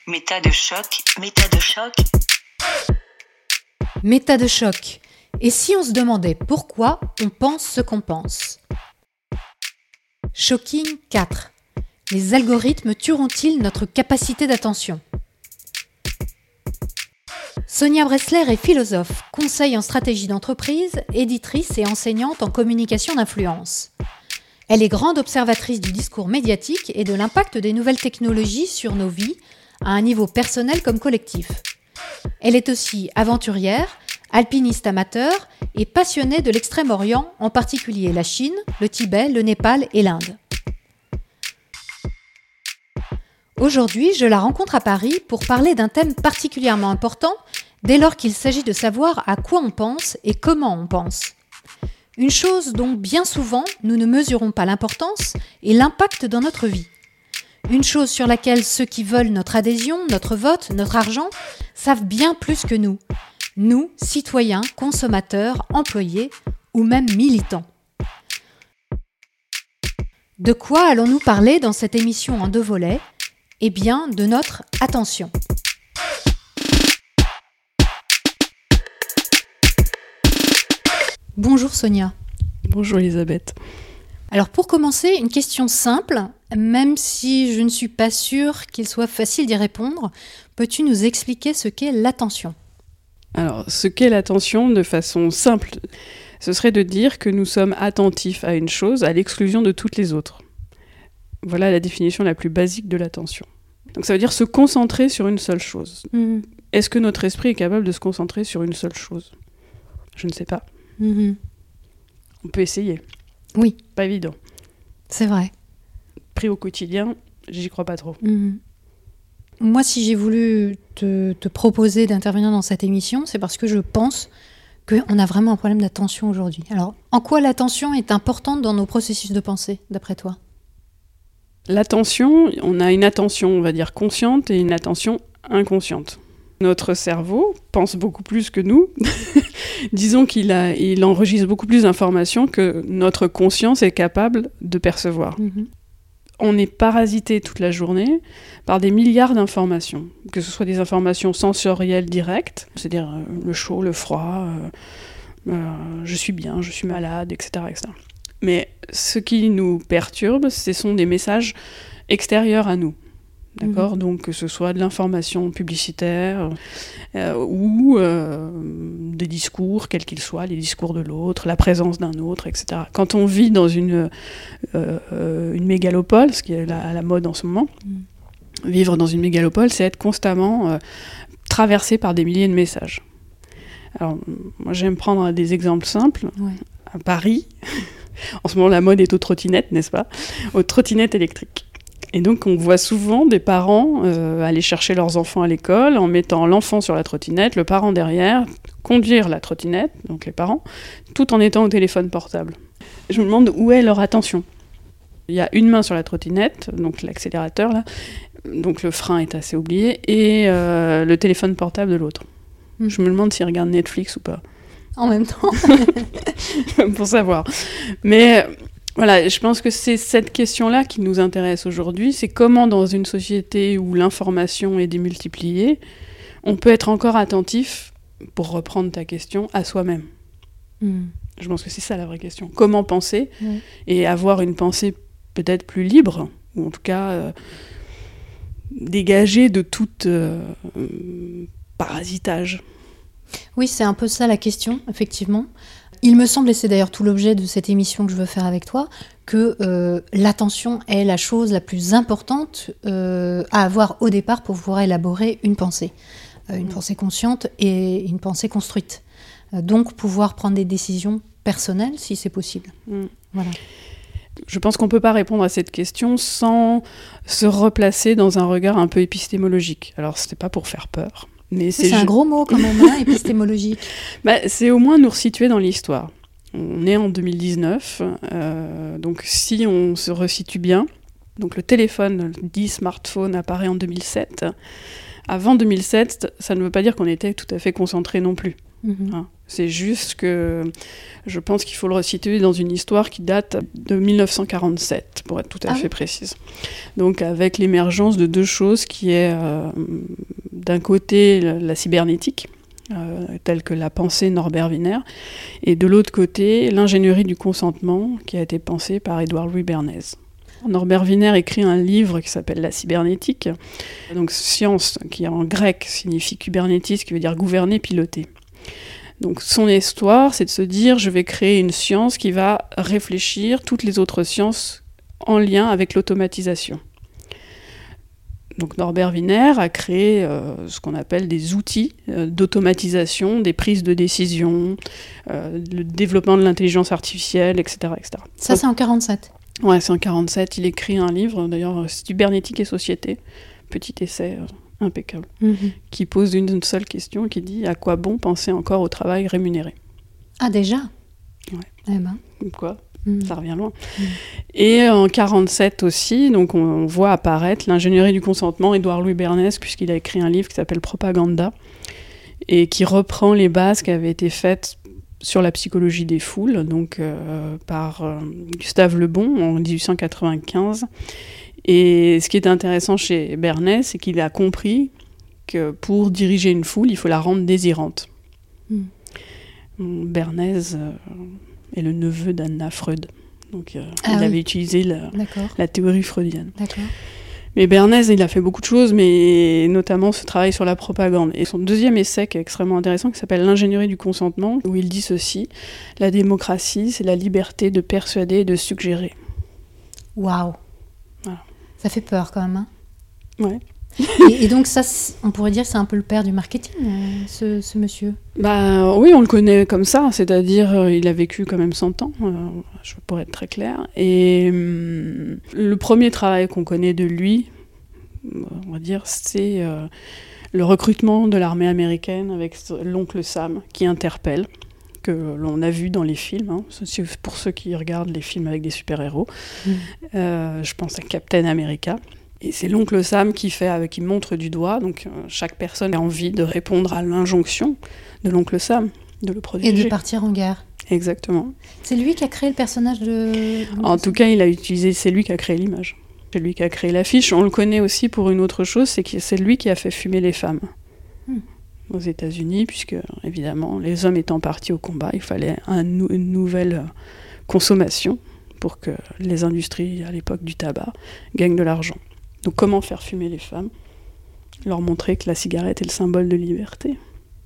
Méta de choc, méta de choc. Méta de choc. Et si on se demandait pourquoi on pense ce qu'on pense ? Shocking 4. Les algorithmes tueront-ils notre capacité d'attention ? Sonia Bressler est philosophe, conseil en stratégie d'entreprise, éditrice et enseignante en communication d'influence. Elle est grande observatrice du discours médiatique et de l'impact des nouvelles technologies sur nos vies, à un niveau personnel comme collectif. Elle est aussi aventurière, alpiniste amateur et passionnée de l'Extrême-Orient, en particulier la Chine, le Tibet, le Népal et l'Inde. Aujourd'hui, je la rencontre à Paris pour parler d'un thème particulièrement important dès lors qu'il s'agit de savoir à quoi on pense et comment on pense. Une chose dont bien souvent nous ne mesurons pas l'importance et l'impact dans notre vie. Une chose sur laquelle ceux qui veulent notre adhésion, notre vote, notre argent savent bien plus que nous. Nous, citoyens, consommateurs, employés ou même militants. De quoi allons-nous parler dans cette émission en 2 volets ? Eh bien, de notre attention. Bonjour Sonia. Bonjour Elisabeth. Alors pour commencer, une question simple, même si je ne suis pas sûre qu'il soit facile d'y répondre, peux-tu nous expliquer ce qu'est l'attention ? Alors, ce qu'est l'attention, de façon simple, ce serait de dire que nous sommes attentifs à une chose à l'exclusion de toutes les autres. Voilà la définition la plus basique de l'attention. Donc ça veut dire se concentrer sur une seule chose. Est-ce que notre esprit est capable de se concentrer sur une seule chose ? Je ne sais pas. On peut essayer. Oui. Pas évident. C'est vrai. Pris au quotidien, j'y crois pas trop. Moi, si j'ai voulu te proposer d'intervenir dans cette émission, c'est parce que je pense qu'on a vraiment un problème d'attention aujourd'hui. Alors, en quoi l'attention est importante dans nos processus de pensée, d'après toi ? L'attention, on a une attention, on va dire, consciente et une attention inconsciente. Notre cerveau pense beaucoup plus que nous. Disons qu'il enregistre beaucoup plus d'informations que notre conscience est capable de percevoir. On est parasité toute la journée par des milliards d'informations, que ce soit des informations sensorielles directes, c'est-à-dire le chaud, le froid, je suis bien, je suis malade, etc., etc. Mais ce qui nous perturbe, ce sont des messages extérieurs à nous. D'accord ? Donc que ce soit de l'information publicitaire ou des discours, quels qu'ils soient, les discours de l'autre, la présence d'un autre, etc. Quand on vit dans une mégalopole, ce qui est à la mode en ce moment, vivre dans une mégalopole, c'est être constamment traversé par des milliers de messages. Alors, moi j'aime prendre des exemples simples. Ouais. À Paris, en ce moment la mode est aux trottinettes, n'est-ce pas ? Aux trottinettes électriques. Et donc, on voit souvent des parents aller chercher leurs enfants à l'école en mettant l'enfant sur la trottinette, le parent derrière, conduire la trottinette, donc les parents, tout en étant au téléphone portable. Je me demande où est leur attention. Il y a une main sur la trottinette, donc l'accélérateur, là, donc le frein est assez oublié, et le téléphone portable de l'autre. Je me demande s'ils regardent Netflix ou pas. En même temps. Pour savoir. Mais... Voilà, je pense que c'est cette question-là qui nous intéresse aujourd'hui, c'est comment dans une société où l'information est démultipliée, on peut être encore attentif, pour reprendre ta question, à soi-même. Je pense que c'est ça la vraie question. Comment penser et avoir une pensée peut-être plus libre, ou en tout cas dégagée de tout parasitage. Oui, c'est un peu ça la question, effectivement. Il me semble, et c'est d'ailleurs tout l'objet de cette émission que je veux faire avec toi, que l'attention est la chose la plus importante à avoir au départ pour pouvoir élaborer une pensée. Une pensée consciente et une pensée construite. Donc pouvoir prendre des décisions personnelles si c'est possible. Voilà. Je pense qu'on ne peut pas répondre à cette question sans se replacer dans un regard un peu épistémologique. Alors, ce n'est pas pour faire peur. Mais c'est un gros mot quand même, hein, épistémologique. C'est au moins nous resituer dans l'histoire. On est en 2019, donc si on se resitue bien, donc le téléphone dit smartphone apparaît en 2007. Avant 2007, ça ne veut pas dire qu'on était tout à fait concentré non plus. Hein. C'est juste que je pense qu'il faut le resituer dans une histoire qui date de 1947, pour être tout à fait précise. Donc avec l'émergence de deux choses qui est d'un côté la cybernétique, telle que l'a pensée Norbert Wiener, et de l'autre côté l'ingénierie du consentement qui a été pensée par Édouard Louis Bernays. Norbert Wiener écrit un livre qui s'appelle La cybernétique, donc science qui en grec signifie kubernétis, qui veut dire gouverner, piloter. Donc son histoire, c'est de se dire je vais créer une science qui va réfléchir toutes les autres sciences en lien avec l'automatisation. Donc Norbert Wiener a créé ce qu'on appelle des outils d'automatisation, des prises de décision, le développement de l'intelligence artificielle, etc. etc. Ça, c'est en 1947. Ouais, c'est en 1947. Il écrit un livre, d'ailleurs, Cybernétique et société, petit essai impeccable, qui pose une seule question, qui dit « À quoi bon penser encore au travail rémunéré ?» Ah, déjà ? Ouais. Eh ben. Quoi ? Ça revient loin. Et en 1947 aussi, donc on voit apparaître l'ingénierie du consentement, Édouard Louis Bernays, puisqu'il a écrit un livre qui s'appelle Propaganda, et qui reprend les bases qui avaient été faites sur la psychologie des foules, donc par Gustave Le Bon en 1895. Et ce qui est intéressant chez Bernays, c'est qu'il a compris que pour diriger une foule, il faut la rendre désirante. Bernays est le neveu d'Anna Freud. Donc il avait utilisé la théorie freudienne. D'accord. Mais Bernays, il a fait beaucoup de choses, mais notamment ce travail sur la propagande. Et son deuxième essai, qui est extrêmement intéressant, qui s'appelle L'ingénierie du consentement, où il dit ceci: la démocratie, c'est la liberté de persuader et de suggérer. Waouh. Voilà. Ça fait peur quand même, hein. Ouais. Et donc ça, on pourrait dire que c'est un peu le père du marketing, ce monsieur. Bah oui, on le connaît comme ça, c'est-à-dire il a vécu quand même 100 ans, pour être très clair. Et le premier travail qu'on connaît de lui, on va dire, c'est le recrutement de l'armée américaine avec l'oncle Sam qui interpelle, que l'on a vu dans les films, hein. Pour ceux qui regardent les films avec des super-héros. Je pense à Captain America. Et c'est l'oncle Sam qui montre du doigt, donc chaque personne a envie de répondre à l'injonction de l'oncle Sam, de le protéger. Et de partir en guerre. Exactement. C'est lui qui a créé le personnage de... En tout cas, c'est lui qui a créé l'image. C'est lui qui a créé l'affiche. On le connaît aussi pour une autre chose, c'est que c'est lui qui a fait fumer les femmes aux États-Unis, puisque, évidemment, les hommes étant partis au combat, il fallait une nouvelle consommation pour que les industries, à l'époque du tabac, gagnent de l'argent. Donc comment faire fumer les femmes ? Leur montrer que la cigarette est le symbole de liberté.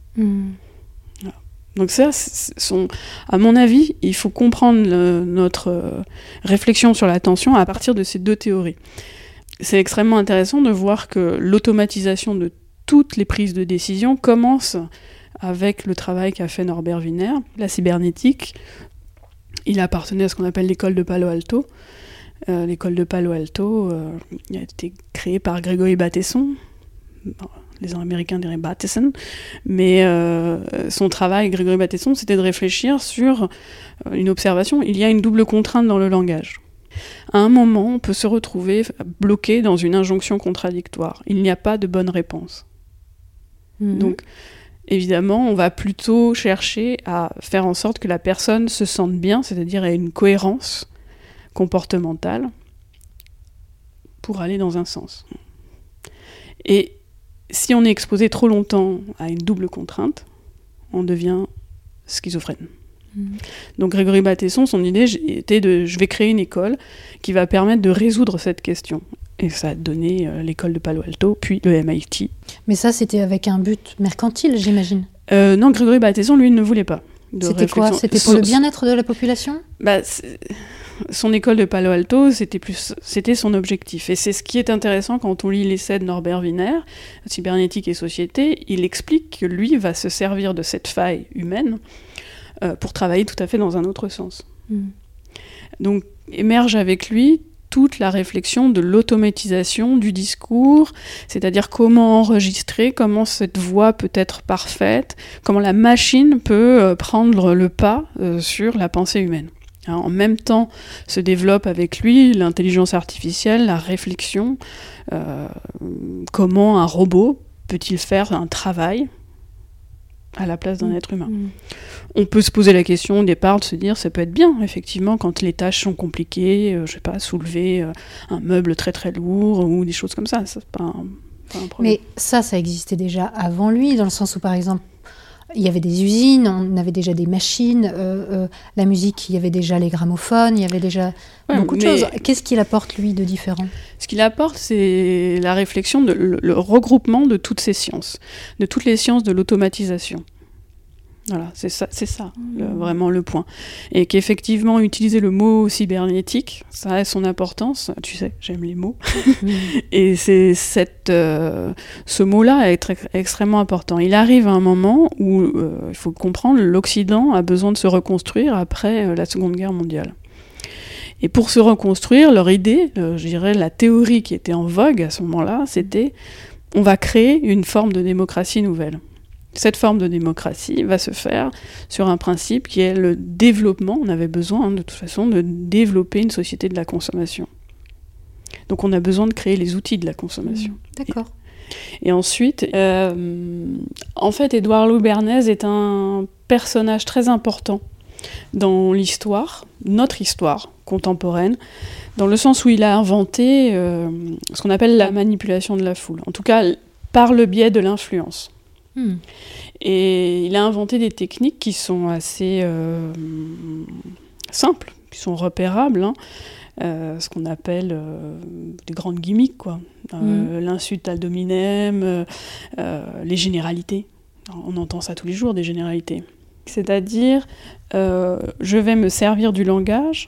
Voilà. Donc ça, à mon avis, il faut comprendre notre réflexion sur l'attention à partir de ces deux théories. C'est extrêmement intéressant de voir que l'automatisation de toutes les prises de décision commence avec le travail qu'a fait Norbert Wiener. La cybernétique, il appartenait à ce qu'on appelle l'école de Palo Alto. L'école de Palo Alto a été créée par Gregory Bateson. Les Américains diraient Bateson. Mais son travail, Gregory Bateson, c'était de réfléchir sur une observation. Il y a une double contrainte dans le langage. À un moment, on peut se retrouver bloqué dans une injonction contradictoire. Il n'y a pas de bonne réponse. Donc, évidemment, on va plutôt chercher à faire en sorte que la personne se sente bien, c'est-à-dire ait une cohérence comportementale pour aller dans un sens. Et si on est exposé trop longtemps à une double contrainte, on devient schizophrène. Donc Gregory Bateson, son idée était je vais créer une école qui va permettre de résoudre cette question. Et ça a donné l'école de Palo Alto, puis le MIT. Mais ça, c'était avec un but mercantile, j'imagine. Non, Gregory Bateson, lui, ne voulait pas. C'était quoi ? C'était pour le bien-être de la population ? Son école de Palo Alto, c'était son objectif. Et c'est ce qui est intéressant quand on lit l'essai de Norbert Wiener, Cybernétique et société. Il explique que lui va se servir de cette faille humaine pour travailler tout à fait dans un autre sens. Donc émerge avec lui toute la réflexion de l'automatisation du discours, c'est-à-dire comment enregistrer, comment cette voix peut être parfaite, comment la machine peut prendre le pas sur la pensée humaine. En même temps se développe avec lui l'intelligence artificielle, la réflexion, comment un robot peut-il faire un travail à la place d'un être humain. On peut se poser la question au départ de se dire ça peut être bien, effectivement, quand les tâches sont compliquées, je sais pas, soulever un meuble très très lourd ou des choses comme ça, c'est pas un problème. Mais ça existait déjà avant lui, dans le sens où, par exemple, il y avait des usines, on avait déjà des machines, la musique, il y avait déjà les gramophones, il y avait déjà beaucoup de choses. Qu'est-ce qu'il apporte, lui, de différent ? Ce qu'il apporte, c'est la réflexion, le regroupement de toutes ces sciences, de toutes les sciences de l'automatisation. Voilà, c'est ça vraiment le point. Et qu'effectivement, utiliser le mot cybernétique, ça a son importance. Tu sais, j'aime les mots. Et c'est ce mot-là est extrêmement important. Il arrive à un moment où, il faut comprendre, l'Occident a besoin de se reconstruire après la Seconde Guerre mondiale. Et pour se reconstruire, leur idée, je dirais la théorie qui était en vogue à ce moment-là, c'était on va créer une forme de démocratie nouvelle. Cette forme de démocratie va se faire sur un principe qui est le développement. On avait besoin, de toute façon, de développer une société de la consommation. Donc on a besoin de créer les outils de la consommation. D'accord. Et ensuite, en fait, Édouard Louis Bernays est un personnage très important dans l'histoire, notre histoire contemporaine, dans le sens où il a inventé ce qu'on appelle la manipulation de la foule. En tout cas, par le biais de l'influence. Et il a inventé des techniques qui sont assez simples, qui sont repérables, ce qu'on appelle des grandes gimmicks, quoi. L'insulte ad hominem, les généralités. On entend ça tous les jours, des généralités. C'est-à-dire, je vais me servir du langage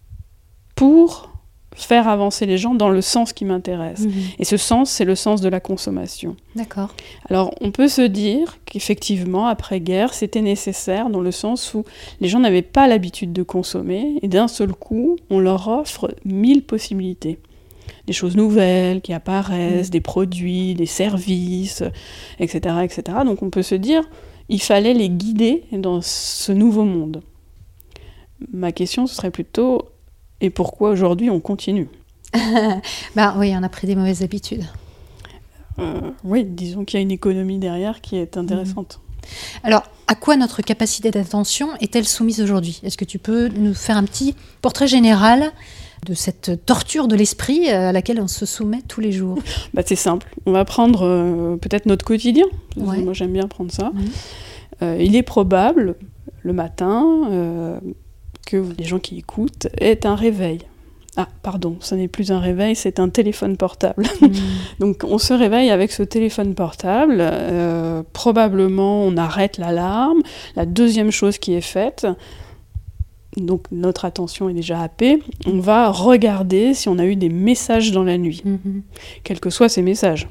pour faire avancer les gens dans le sens qui m'intéresse. Et ce sens, c'est le sens de la consommation. D'accord. Alors, on peut se dire qu'effectivement, après-guerre, c'était nécessaire dans le sens où les gens n'avaient pas l'habitude de consommer, et d'un seul coup, on leur offre 1000 possibilités. Des choses nouvelles qui apparaissent, des produits, des services, etc., etc. Donc, on peut se dire, il fallait les guider dans ce nouveau monde. Ma question, ce serait plutôt... Et pourquoi aujourd'hui on continue ? Oui, on a pris des mauvaises habitudes. Oui, disons qu'il y a une économie derrière qui est intéressante. Alors, à quoi notre capacité d'attention est-elle soumise aujourd'hui ? Est-ce que tu peux nous faire un petit portrait général de cette torture de l'esprit à laquelle on se soumet tous les jours ? C'est simple. On va prendre peut-être notre quotidien. Ouais. Moi, j'aime bien prendre ça. Il est probable, le matin... que les gens qui écoutent aient un réveil. Ah, pardon, ce n'est plus un réveil, c'est un téléphone portable. Donc on se réveille avec ce téléphone portable, probablement on arrête l'alarme. La deuxième chose qui est faite, donc notre attention est déjà happée, on va regarder si on a eu des messages dans la nuit, quels que soient ces messages.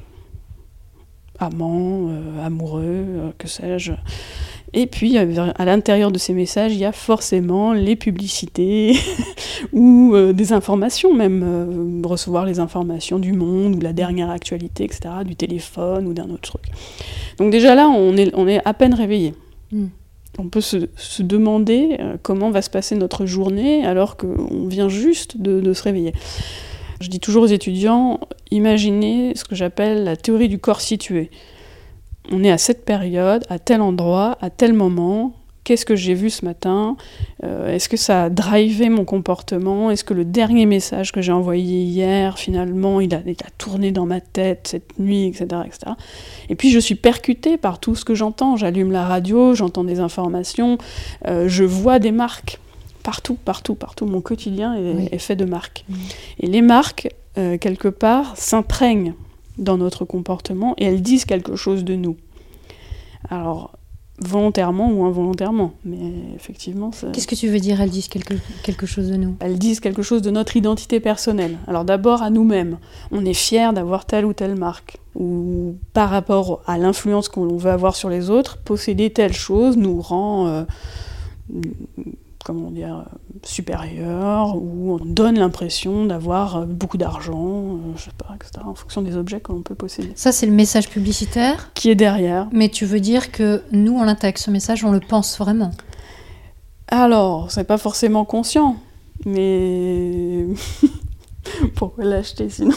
Amant, amoureux, que sais-je... Et puis, à l'intérieur de ces messages, il y a forcément les publicités ou des informations, même recevoir les informations du monde ou la dernière actualité, etc., du téléphone ou d'un autre truc. Donc déjà là, on est à peine réveillé. On peut se demander comment va se passer notre journée alors qu'on vient juste de se réveiller. Je dis toujours aux étudiants, imaginez ce que j'appelle la théorie du corps situé. On est à cette période, à tel endroit, à tel moment, qu'est-ce que j'ai vu ce matin ? Est-ce que ça a drivé mon comportement ? Est-ce que le dernier message que j'ai envoyé hier, finalement, il a tourné dans ma tête cette nuit, etc., etc. Et puis je suis percutée par tout ce que j'entends. J'allume la radio, j'entends des informations, je vois des marques. Partout. Mon quotidien est fait de marques. Et les marques, quelque part, s'imprègnent dans notre comportement et elles disent quelque chose de nous. Alors, volontairement ou involontairement, mais effectivement... Qu'est-ce que tu veux dire, elles disent quelque chose de nous ? Elles disent quelque chose de notre identité personnelle. Alors d'abord à nous-mêmes. On est fiers d'avoir telle ou telle marque. Ou par rapport à l'influence qu'on veut avoir sur les autres, posséder telle chose nous rend... supérieur, ou on donne l'impression d'avoir beaucoup d'argent, je sais pas, etc., en fonction des objets que l'on peut posséder. Ça, c'est le message publicitaire qui est derrière. Mais tu veux dire que nous, on intègre ce message, on le pense vraiment ? Alors, c'est pas forcément conscient, mais pourquoi l'acheter sinon ?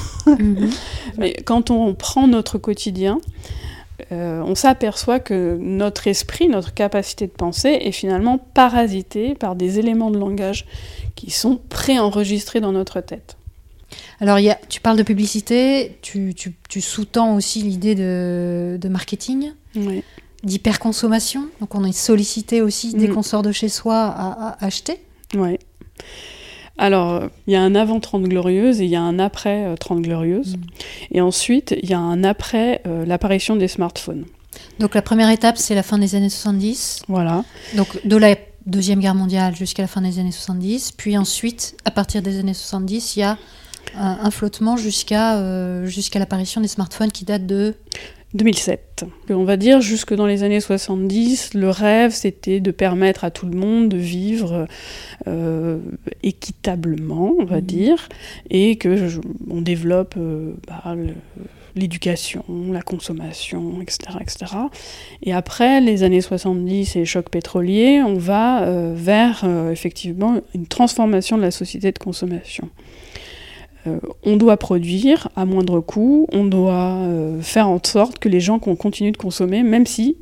Mais quand on prend notre quotidien, on s'aperçoit que notre esprit, notre capacité de penser est finalement parasité par des éléments de langage qui sont préenregistrés dans notre tête. Alors, tu parles de publicité, tu sous-tends aussi l'idée de marketing, Oui. d'hyperconsommation. Donc, on est sollicité aussi dès qu'on sort de chez soi à acheter. Oui. Alors, il y a un avant 30 Glorieuses et il y a un après 30 Glorieuses. Et ensuite, il y a un après l'apparition des smartphones. Donc, la première étape, c'est la fin des années 70. Voilà. Donc, de la Deuxième Guerre mondiale jusqu'à la fin des années 70. Puis ensuite, à partir des années 70, il y a un flottement jusqu'à l'apparition des smartphones qui date de... 2007. On va dire jusque dans les années 70, le rêve c'était de permettre à tout le monde de vivre équitablement, on va dire, et que on développe l'éducation, la consommation, etc., etc. Et après les années 70 et les chocs pétroliers, on va vers effectivement une transformation de la société de consommation. On doit produire à moindre coût, on doit faire en sorte que les gens continuent de consommer, même si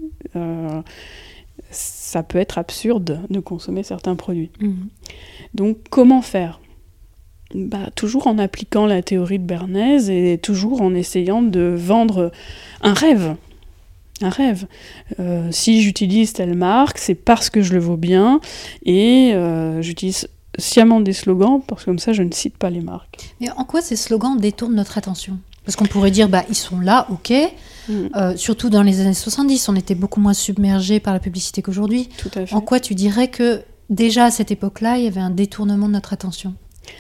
ça peut être absurde de consommer certains produits. Donc comment faire ? Toujours en appliquant la théorie de Bernays et toujours en essayant de vendre un rêve. Un rêve. Si j'utilise telle marque, c'est parce que je le vaux bien et j'utilise sciemment des slogans, parce que comme ça je ne cite pas les marques. Mais en quoi ces slogans détournent notre attention ? Parce qu'on pourrait dire, ils sont là, ok. Surtout dans les années 70, on était beaucoup moins submergé par la publicité qu'aujourd'hui. Tout à fait. En quoi tu dirais que déjà à cette époque-là, il y avait un détournement de notre attention ?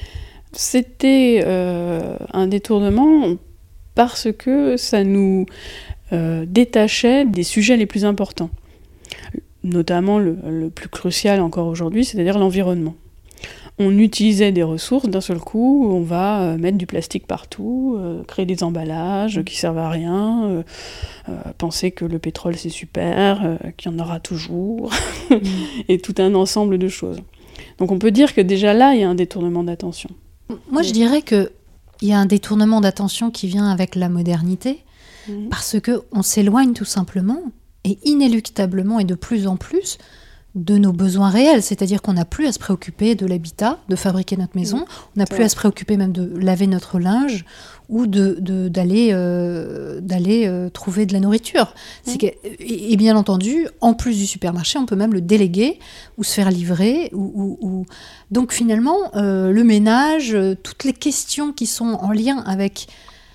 C'était un détournement parce que ça nous détachait des sujets les plus importants. Notamment le plus crucial encore aujourd'hui, c'est-à-dire l'environnement. On utilisait des ressources, d'un seul coup, on va mettre du plastique partout, créer des emballages qui servent à rien, penser que le pétrole c'est super, qu'il y en aura toujours, et tout un ensemble de choses. Donc on peut dire que déjà là, il y a un détournement d'attention. Moi, je dirais qu'il y a un détournement d'attention qui vient avec la modernité, parce qu'on s'éloigne tout simplement, et inéluctablement, et de plus en plus, de nos besoins réels, c'est-à-dire qu'on n'a plus à se préoccuper de l'habitat, de fabriquer notre maison, on n'a plus à se préoccuper même de laver notre linge ou d'aller trouver de la nourriture. Et bien entendu, en plus du supermarché, on peut même le déléguer ou se faire livrer. Donc finalement, le ménage, toutes les questions qui sont en lien avec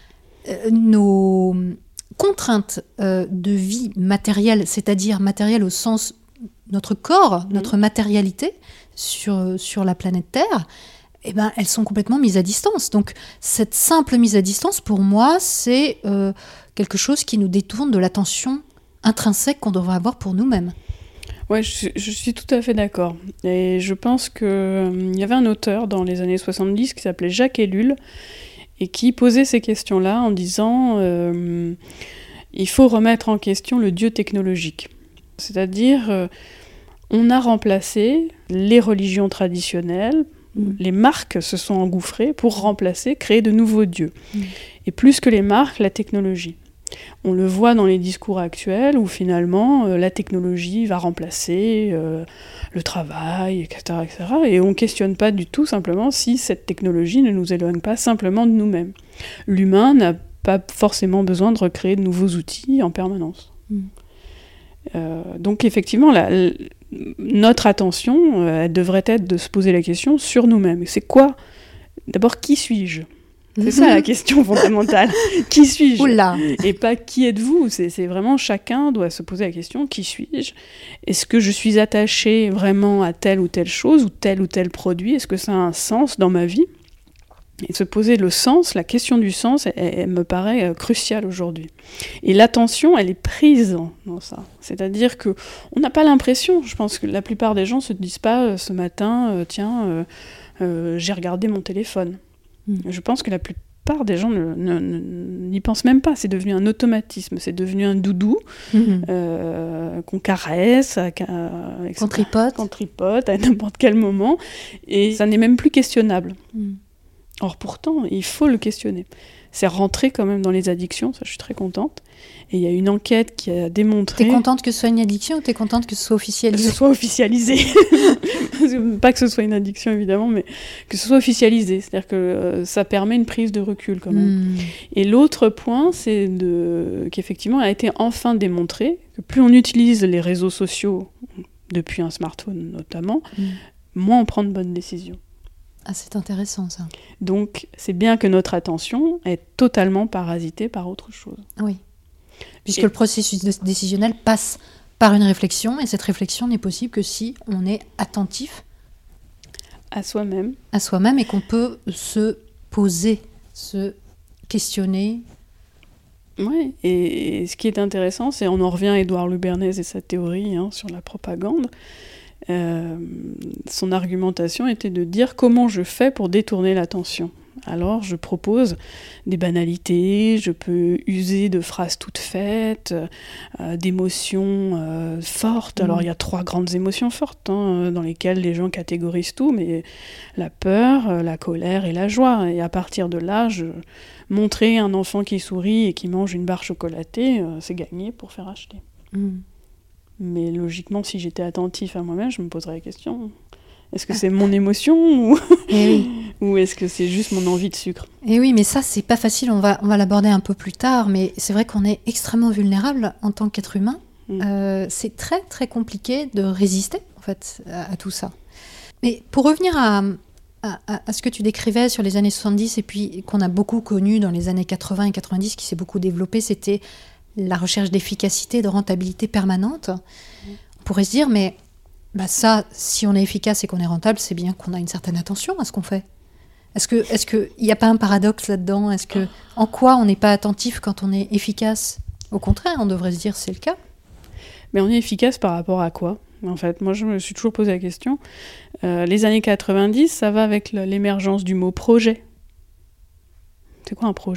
nos contraintes de vie matérielle, c'est-à-dire matérielle au sens notre corps, notre matérialité sur la planète Terre, elles sont complètement mises à distance. Donc cette simple mise à distance, pour moi, c'est quelque chose qui nous détourne de l'attention intrinsèque qu'on devrait avoir pour nous-mêmes. Ouais, je suis tout à fait d'accord. Et je pense qu'il y avait un auteur dans les années 70 qui s'appelait Jacques Ellul et qui posait ces questions-là en disant il faut remettre en question le dieu technologique. C'est-à-dire, on a remplacé les religions traditionnelles, les marques se sont engouffrées pour créer de nouveaux dieux. Et plus que les marques, la technologie. On le voit dans les discours actuels où finalement la technologie va remplacer le travail, etc., etc. Et on ne questionne pas du tout simplement si cette technologie ne nous éloigne pas simplement de nous-mêmes. L'humain n'a pas forcément besoin de recréer de nouveaux outils en permanence. Donc effectivement, notre attention, elle devrait être de se poser la question sur nous-mêmes. C'est quoi ? D'abord, qui suis-je ? C'est ça la question fondamentale. Qui suis-je ? Oula. Et pas qui êtes-vous ? C'est vraiment chacun doit se poser la question, qui suis-je ? Est-ce que je suis attaché vraiment à telle ou telle chose ou tel produit ? Est-ce que ça a un sens dans ma vie ? Et se poser le sens, la question du sens, elle me paraît cruciale aujourd'hui. Et l'attention, elle est prise dans ça. C'est-à-dire qu'on n'a pas l'impression, je pense que la plupart des gens ne se disent pas ce matin, j'ai regardé mon téléphone. Je pense que la plupart des gens n'y pensent même pas. C'est devenu un automatisme, c'est devenu un doudou qu'on caresse, qu'on tripote à n'importe quel moment. Et ça n'est même plus questionnable. Or pourtant, il faut le questionner. c'est rentré quand même dans les addictions, ça je suis très contente. Et il y a une enquête qui a démontré... T'es contente que ce soit une addiction ou t'es contente que ce soit officialisé ? Que ce soit officialisé. Pas que ce soit une addiction évidemment, mais que ce soit officialisé. C'est-à-dire que ça permet une prise de recul quand même. Et l'autre point, c'est qu'effectivement a été enfin démontré que plus on utilise les réseaux sociaux, depuis un smartphone notamment, moins on prend de bonnes décisions. Ah, c'est intéressant ça. Donc c'est bien que notre attention est totalement parasitée par autre chose. Oui. Puisque le processus décisionnel passe par une réflexion, et cette réflexion n'est possible que si on est attentif à soi-même. À soi-même, et qu'on peut se poser, se questionner. Oui, et ce qui est intéressant, c'est, on en revient à Édouard Louis-Bernays et sa théorie sur la propagande. Son argumentation était de dire comment je fais pour détourner l'attention. Alors je propose des banalités, je peux user de phrases toutes faites, d'émotions fortes. Alors il y a 3 grandes émotions fortes dans lesquelles les gens catégorisent tout, mais la peur, la colère et la joie. Et à partir de là, montrer un enfant qui sourit et qui mange une barre chocolatée, c'est gagné pour faire acheter. Mais logiquement, si j'étais attentif à moi-même, je me poserais la question... Est-ce que c'est mon émotion ou est-ce que c'est juste mon envie de sucre ? Et oui, mais ça, c'est pas facile. On va l'aborder un peu plus tard, mais c'est vrai qu'on est extrêmement vulnérable en tant qu'être humain. C'est très, très compliqué de résister, en fait, à tout ça. Mais pour revenir à ce que tu décrivais sur les années 70 et puis qu'on a beaucoup connu dans les années 80 et 90, qui s'est beaucoup développé, c'était la recherche d'efficacité, de rentabilité permanente. On pourrait se dire, mais... ça, si on est efficace et qu'on est rentable, c'est bien qu'on a une certaine attention à ce qu'on fait. Est-ce qu'il n'y a pas un paradoxe là-dedans ? En quoi on n'est pas attentif quand on est efficace ? Au contraire, on devrait se dire c'est le cas. Mais on est efficace par rapport à quoi ? En fait, moi je me suis toujours posé la question. Les années 90, ça va avec l'émergence du mot projet. C'est quoi un projet ?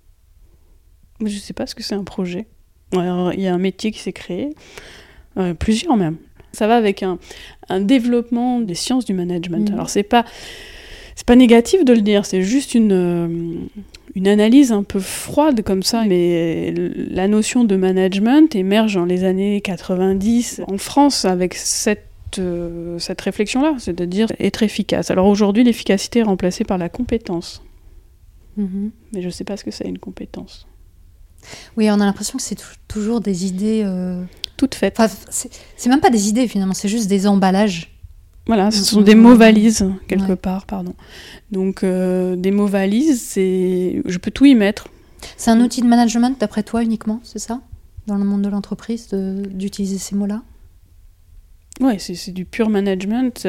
Je ne sais pas ce que c'est un projet. Alors, il y a un métier qui s'est créé, plusieurs même. Ça va avec un développement des sciences du management. Alors c'est pas négatif de le dire, c'est juste une analyse un peu froide comme ça. Mais la notion de management émerge dans les années 90 en France avec cette réflexion-là, c'est-à-dire être efficace. Alors aujourd'hui, l'efficacité est remplacée par la compétence. Mais je sais pas ce que c'est une compétence. Oui, on a l'impression que c'est toujours des idées... toutes faites. Enfin, c'est même pas des idées finalement, c'est juste des emballages. Voilà, ce sont des mots valises quelque part, pardon. Donc des mots valises, je peux tout y mettre. C'est un outil de management d'après toi uniquement, c'est ça ? Dans le monde de l'entreprise, d'utiliser ces mots-là ? Ouais, c'est du pur management.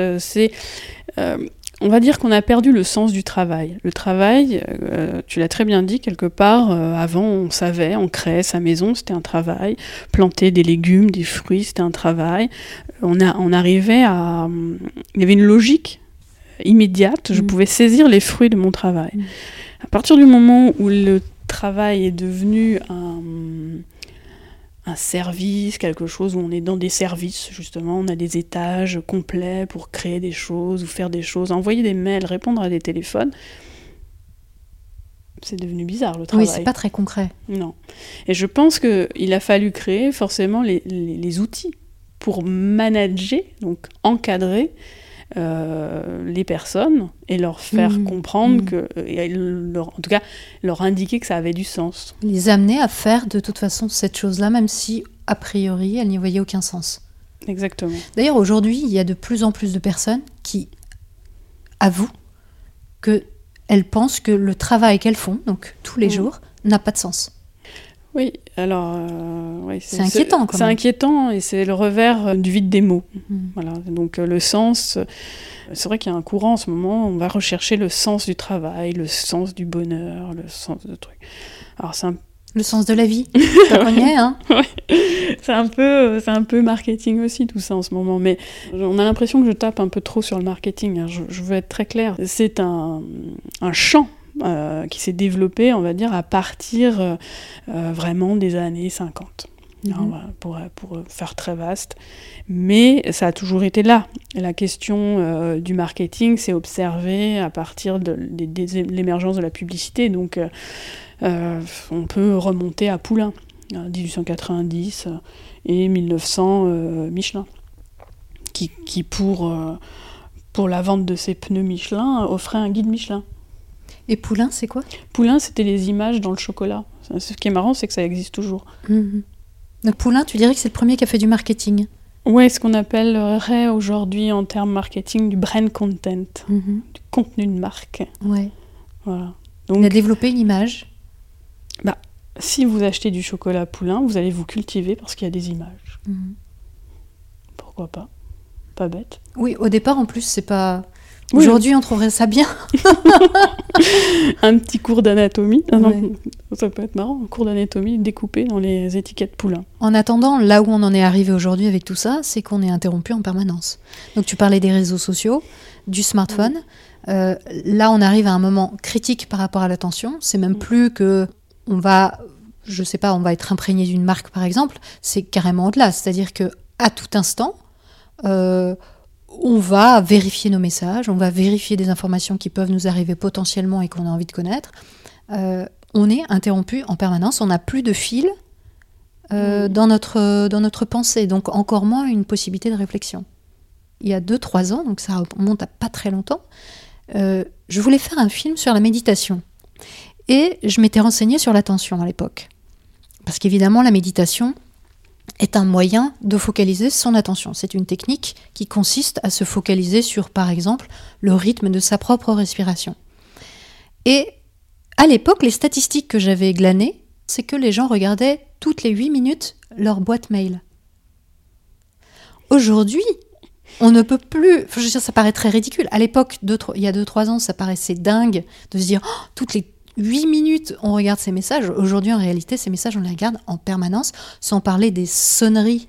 On va dire qu'on a perdu le sens du travail. Le travail, tu l'as très bien dit, quelque part, avant on savait, on créait sa maison, c'était un travail. Planter des légumes, des fruits, c'était un travail. On arrivait à... Il y avait une logique immédiate, je pouvais saisir les fruits de mon travail. À partir du moment où le travail est devenu un service, quelque chose où on est dans des services, justement, on a des étages complets pour créer des choses ou faire des choses, envoyer des mails, répondre à des téléphones. C'est devenu bizarre, le travail. Oui, c'est pas très concret. Non. Et je pense qu'il a fallu créer forcément les outils pour manager, donc encadrer les personnes et leur faire comprendre en tout cas leur indiquer que ça avait du sens. Les amener à faire de toute façon cette chose-là, même si a priori elles n'y voyaient aucun sens. Exactement. D'ailleurs aujourd'hui il y a de plus en plus de personnes qui avouent qu'elles pensent que le travail qu'elles font, donc tous les jours, n'a pas de sens. Oui, alors... c'est inquiétant quand même. C'est inquiétant et c'est le revers du vide des mots. Voilà, donc le sens... C'est vrai qu'il y a un courant en ce moment, on va rechercher le sens du travail, le sens du bonheur, le sens de trucs. Alors le sens de la vie, ça y est, hein. Ouais. C'est un peu marketing aussi tout ça en ce moment, mais on a l'impression que je tape un peu trop sur le marketing, hein. Je veux être très claire. C'est un champ qui s'est développé, on va dire, à partir vraiment des années 50. Alors, voilà, pour faire très vaste. Mais ça a toujours été là. La question du marketing s'est observée à partir de l'émergence de la publicité. Donc, on peut remonter à Poulain, 1890 et 1900, Michelin, qui pour la vente de ses pneus Michelin, offrait un guide Michelin. Et Poulain, c'est quoi ? Poulain, c'était les images dans le chocolat. Ce qui est marrant, c'est que ça existe toujours. Donc Poulain, tu dirais que c'est le premier qui a fait du marketing ? Ouais, ce qu'on appellerait aujourd'hui en termes marketing du brand content, du contenu de marque. Ouais. Voilà. Donc, il a développé une image. Si vous achetez du chocolat Poulain, vous allez vous cultiver parce qu'il y a des images. Pourquoi pas ? Pas bête. Oui, au départ, en plus, c'est pas... Aujourd'hui, on trouverait ça bien. Un petit cours d'anatomie. Ouais. Ça peut être marrant, un cours d'anatomie découpé dans les étiquettes Poulain. En attendant, là où on en est arrivé aujourd'hui avec tout ça, c'est qu'on est interrompu en permanence. Donc tu parlais des réseaux sociaux, du smartphone. Là, on arrive à un moment critique par rapport à l'attention. C'est même plus que on va être imprégné d'une marque, par exemple. C'est carrément au-delà. C'est-à-dire que à tout instant, on va vérifier nos messages, on va vérifier des informations qui peuvent nous arriver potentiellement et qu'on a envie de connaître. On est interrompu en permanence, on n'a plus de fil dans notre pensée, donc encore moins une possibilité de réflexion. Il y a 2-3 ans, donc ça remonte à pas très longtemps, je voulais faire un film sur la méditation. Et je m'étais renseignée sur l'attention à l'époque. Parce qu'évidemment, la méditation est un moyen de focaliser son attention. C'est une technique qui consiste à se focaliser sur, par exemple, le rythme de sa propre respiration. Et à l'époque, les statistiques que j'avais glanées, c'est que les gens regardaient toutes les 8 minutes leur boîte mail. Aujourd'hui, on ne peut plus... je veux dire, ça paraît très ridicule. À l'époque, il y a 2-3 ans, ça paraissait dingue de se dire toutes les 8 minutes, on regarde ces messages. Aujourd'hui, en réalité, ces messages, on les regarde en permanence, sans parler des sonneries,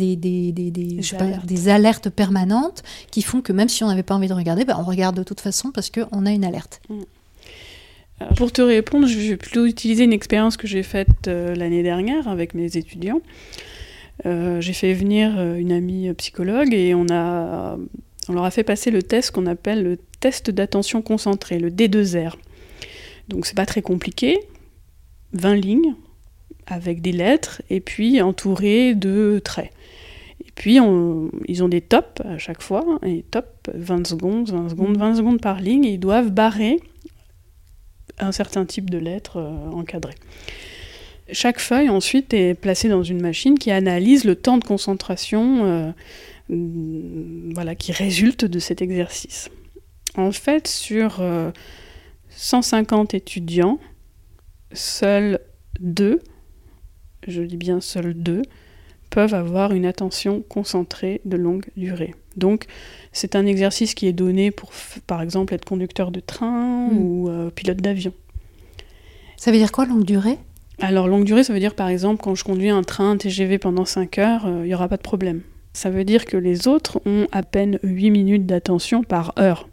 des alertes permanentes qui font que même si on n'avait pas envie de regarder, on regarde de toute façon parce qu'on a une alerte. Alors, pour te répondre, je vais plutôt utiliser une expérience que j'ai faite l'année dernière avec mes étudiants. J'ai fait venir une amie psychologue et on leur a fait passer le test qu'on appelle le test d'attention concentrée, le D2R. Donc c'est pas très compliqué, 20 lignes avec des lettres et puis entourées de traits. Et puis ils ont des tops à chaque fois, et top 20 secondes par ligne, et ils doivent barrer un certain type de lettres encadrées. Chaque feuille ensuite est placée dans une machine qui analyse le temps de concentration qui résulte de cet exercice. En fait, sur 150 étudiants, seuls 2, je dis bien seuls 2, peuvent avoir une attention concentrée de longue durée. Donc, c'est un exercice qui est donné pour, par exemple, être conducteur de train ou pilote d'avion. Ça veut dire quoi, longue durée ? Alors, longue durée, ça veut dire, par exemple, quand je conduis un train, un TGV pendant 5 heures, il n'y aura pas de problème. Ça veut dire que les autres ont à peine 8 minutes d'attention par heure.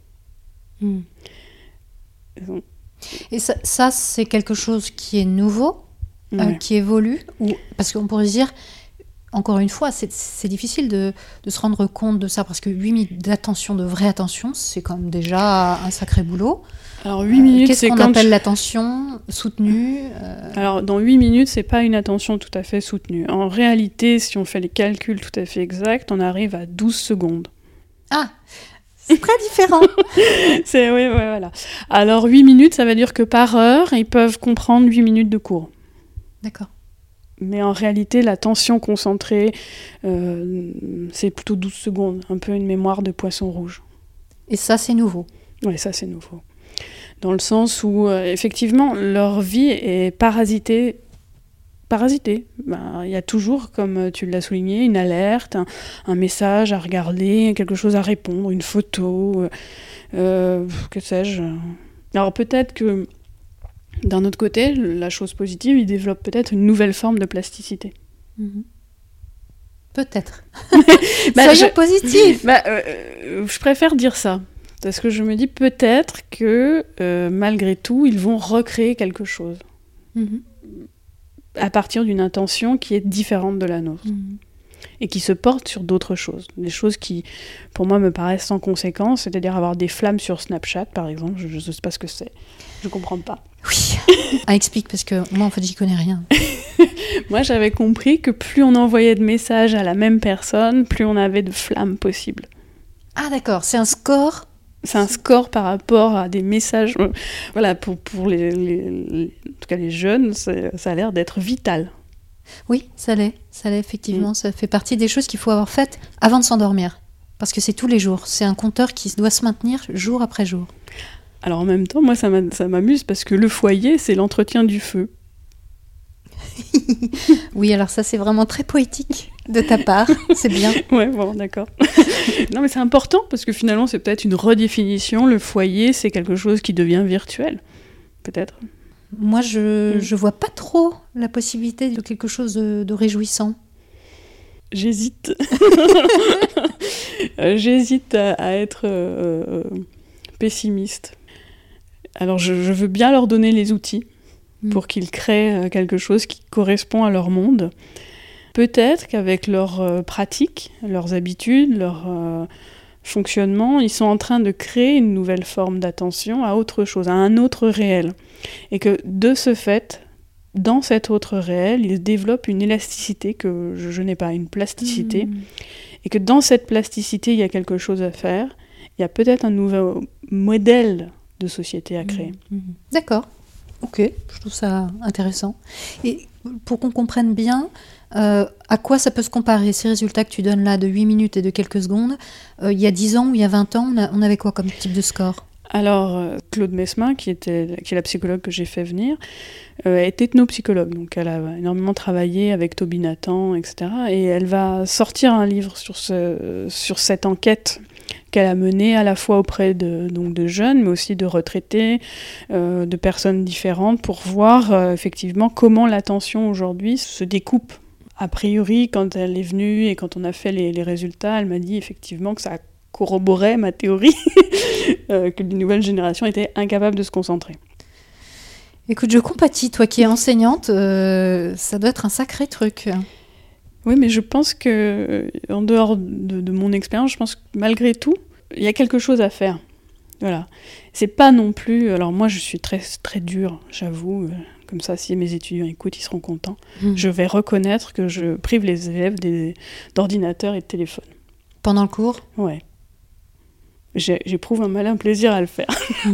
Et ça, c'est quelque chose qui est nouveau, qui évolue, parce qu'on pourrait se dire, encore une fois, c'est difficile de se rendre compte de ça, parce que 8 minutes d'attention, de vraie attention, c'est quand même déjà un sacré boulot. Alors 8 minutes, qu'est-ce qu'on appelle l'attention soutenue Alors dans 8 minutes, c'est pas une attention tout à fait soutenue. En réalité, si on fait les calculs tout à fait exacts, on arrive à 12 secondes. Ah, c'est très différent. Voilà. Alors 8 minutes, ça veut dire que par heure, ils peuvent comprendre 8 minutes de cours. D'accord. Mais en réalité, l'attention concentrée, c'est plutôt 12 secondes. Un peu une mémoire de poisson rouge. Et ça, c'est nouveau. Oui, ça, c'est nouveau. Dans le sens où, effectivement, leur vie est parasitée. Il y a toujours, comme tu l'as souligné, une alerte, un message à regarder, quelque chose à répondre, une photo, que sais-je. Alors peut-être que, d'un autre côté, la chose positive, ils développent peut-être une nouvelle forme de plasticité. Peut-être. Soyons positifs. Je préfère dire ça. Parce que je me dis peut-être que, malgré tout, ils vont recréer quelque chose. à partir d'une intention qui est différente de la nôtre. Et qui se porte sur d'autres choses. Des choses qui, pour moi, me paraissent sans conséquence, c'est-à-dire avoir des flammes sur Snapchat, par exemple. Je ne sais pas ce que c'est. Je ne comprends pas. Oui. Explique, parce que moi, en fait, j'y connais rien. Moi, j'avais compris que plus on envoyait de messages à la même personne, plus on avait de flammes possibles. Ah, d'accord. C'est un score. C'est un score par rapport à des messages. Voilà, pour en tout cas les jeunes, ça a l'air d'être vital. Oui, ça l'est effectivement. Ça fait partie des choses qu'il faut avoir faites avant de s'endormir. Parce que c'est tous les jours. C'est un compteur qui doit se maintenir jour après jour. Alors en même temps, moi, ça m'amuse parce que le foyer, c'est l'entretien du feu. Oui, alors ça, c'est vraiment très poétique de ta part. C'est bien. Ouais, bon, d'accord. Non, mais c'est important parce que finalement, c'est peut-être une redéfinition. Le foyer, c'est quelque chose qui devient virtuel. Peut-être. Moi, je vois pas trop la possibilité de quelque chose de réjouissant. J'hésite. J'hésite à être pessimiste. Alors, je veux bien leur donner les outils pour qu'ils créent quelque chose qui correspond à leur monde. Peut-être qu'avec leurs pratiques, leurs habitudes, leur fonctionnement, ils sont en train de créer une nouvelle forme d'attention à autre chose, à un autre réel. Et que de ce fait, dans cet autre réel, ils développent une élasticité que je n'ai pas, une plasticité. Et que dans cette plasticité, il y a quelque chose à faire. Il y a peut-être un nouveau modèle de société à créer. D'accord. Ok, je trouve ça intéressant. Et pour qu'on comprenne bien, à quoi ça peut se comparer, ces résultats que tu donnes là de 8 minutes et de quelques secondes, il y a 10 ans ou il y a 20 ans, on avait quoi comme type de score ? Alors, Claude Mesmin, qui est la psychologue que j'ai fait venir, est ethnopsychologue, donc elle a énormément travaillé avec Toby Nathan, etc. Et elle va sortir un livre sur cette enquête qu'elle a menée à la fois auprès de jeunes, mais aussi de retraités, de personnes différentes, pour voir effectivement comment l'attention aujourd'hui se découpe. A priori, quand elle est venue et quand on a fait les résultats, elle m'a dit effectivement que ça corroborait ma théorie, que les nouvelles générations étaient incapables de se concentrer. Écoute, je compatis, toi qui es enseignante, ça doit être un sacré truc. Oui, mais je pense que, en dehors de mon expérience, je pense que malgré tout, il y a quelque chose à faire. Voilà. C'est pas non plus... Alors moi, je suis très, très dure, j'avoue. Comme ça, si mes étudiants écoutent, ils seront contents. Je vais reconnaître que je prive les élèves d'ordinateurs et de téléphones. Pendant le cours ? Ouais. J'éprouve un malin plaisir à le faire.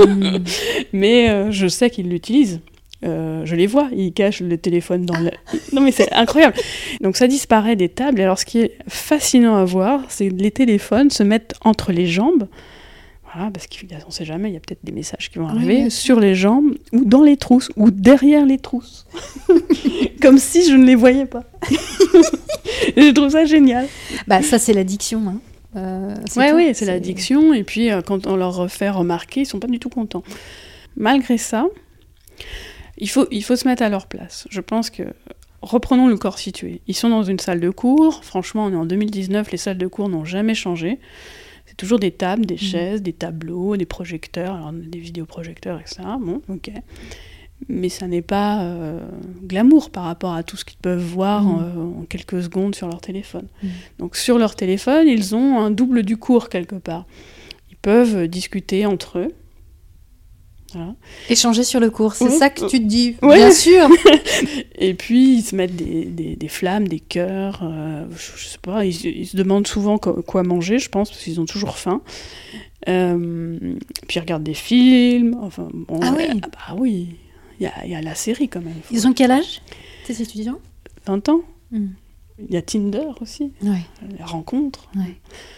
Mais je sais qu'ils l'utilisent. Je les vois, ils cachent le téléphone dans le... Non mais c'est incroyable. Donc ça disparaît des tables. Et alors ce qui est fascinant à voir, c'est que les téléphones se mettent entre les jambes. Voilà, parce qu'on ne sait jamais, il y a peut-être des messages qui vont arriver sur les jambes, ou dans les trousses, ou derrière les trousses. Comme si je ne les voyais pas. Et je trouve ça génial. Bah ça c'est l'addiction, hein. Oui, c'est l'addiction. Et puis, quand on leur fait remarquer, ils ne sont pas du tout contents. Malgré ça, il faut se mettre à leur place. Je pense que... Reprenons le corps situé. Ils sont dans une salle de cours. Franchement, on est en 2019, les salles de cours n'ont jamais changé. C'est toujours des tables, des chaises, des tableaux, des projecteurs, alors des vidéoprojecteurs, etc. Bon, ok. Mais ça n'est pas glamour par rapport à tout ce qu'ils peuvent voir en quelques secondes sur leur téléphone. Donc sur leur téléphone, ils ont un double du cours quelque part. Ils peuvent discuter entre eux. Voilà. Échanger sur le cours, c'est ça que tu te dis, ouais. Bien sûr. Et puis ils se mettent des flammes, des cœurs, je sais pas, ils se demandent souvent quoi manger, je pense, parce qu'ils ont toujours faim. Puis ils regardent des films, enfin bon. Ah oui. Bah oui. Il y a la série quand même. Ils ont quel âge, tes étudiants ? 20 ans. Il y a Tinder aussi. Ouais. Les rencontres. Ouais.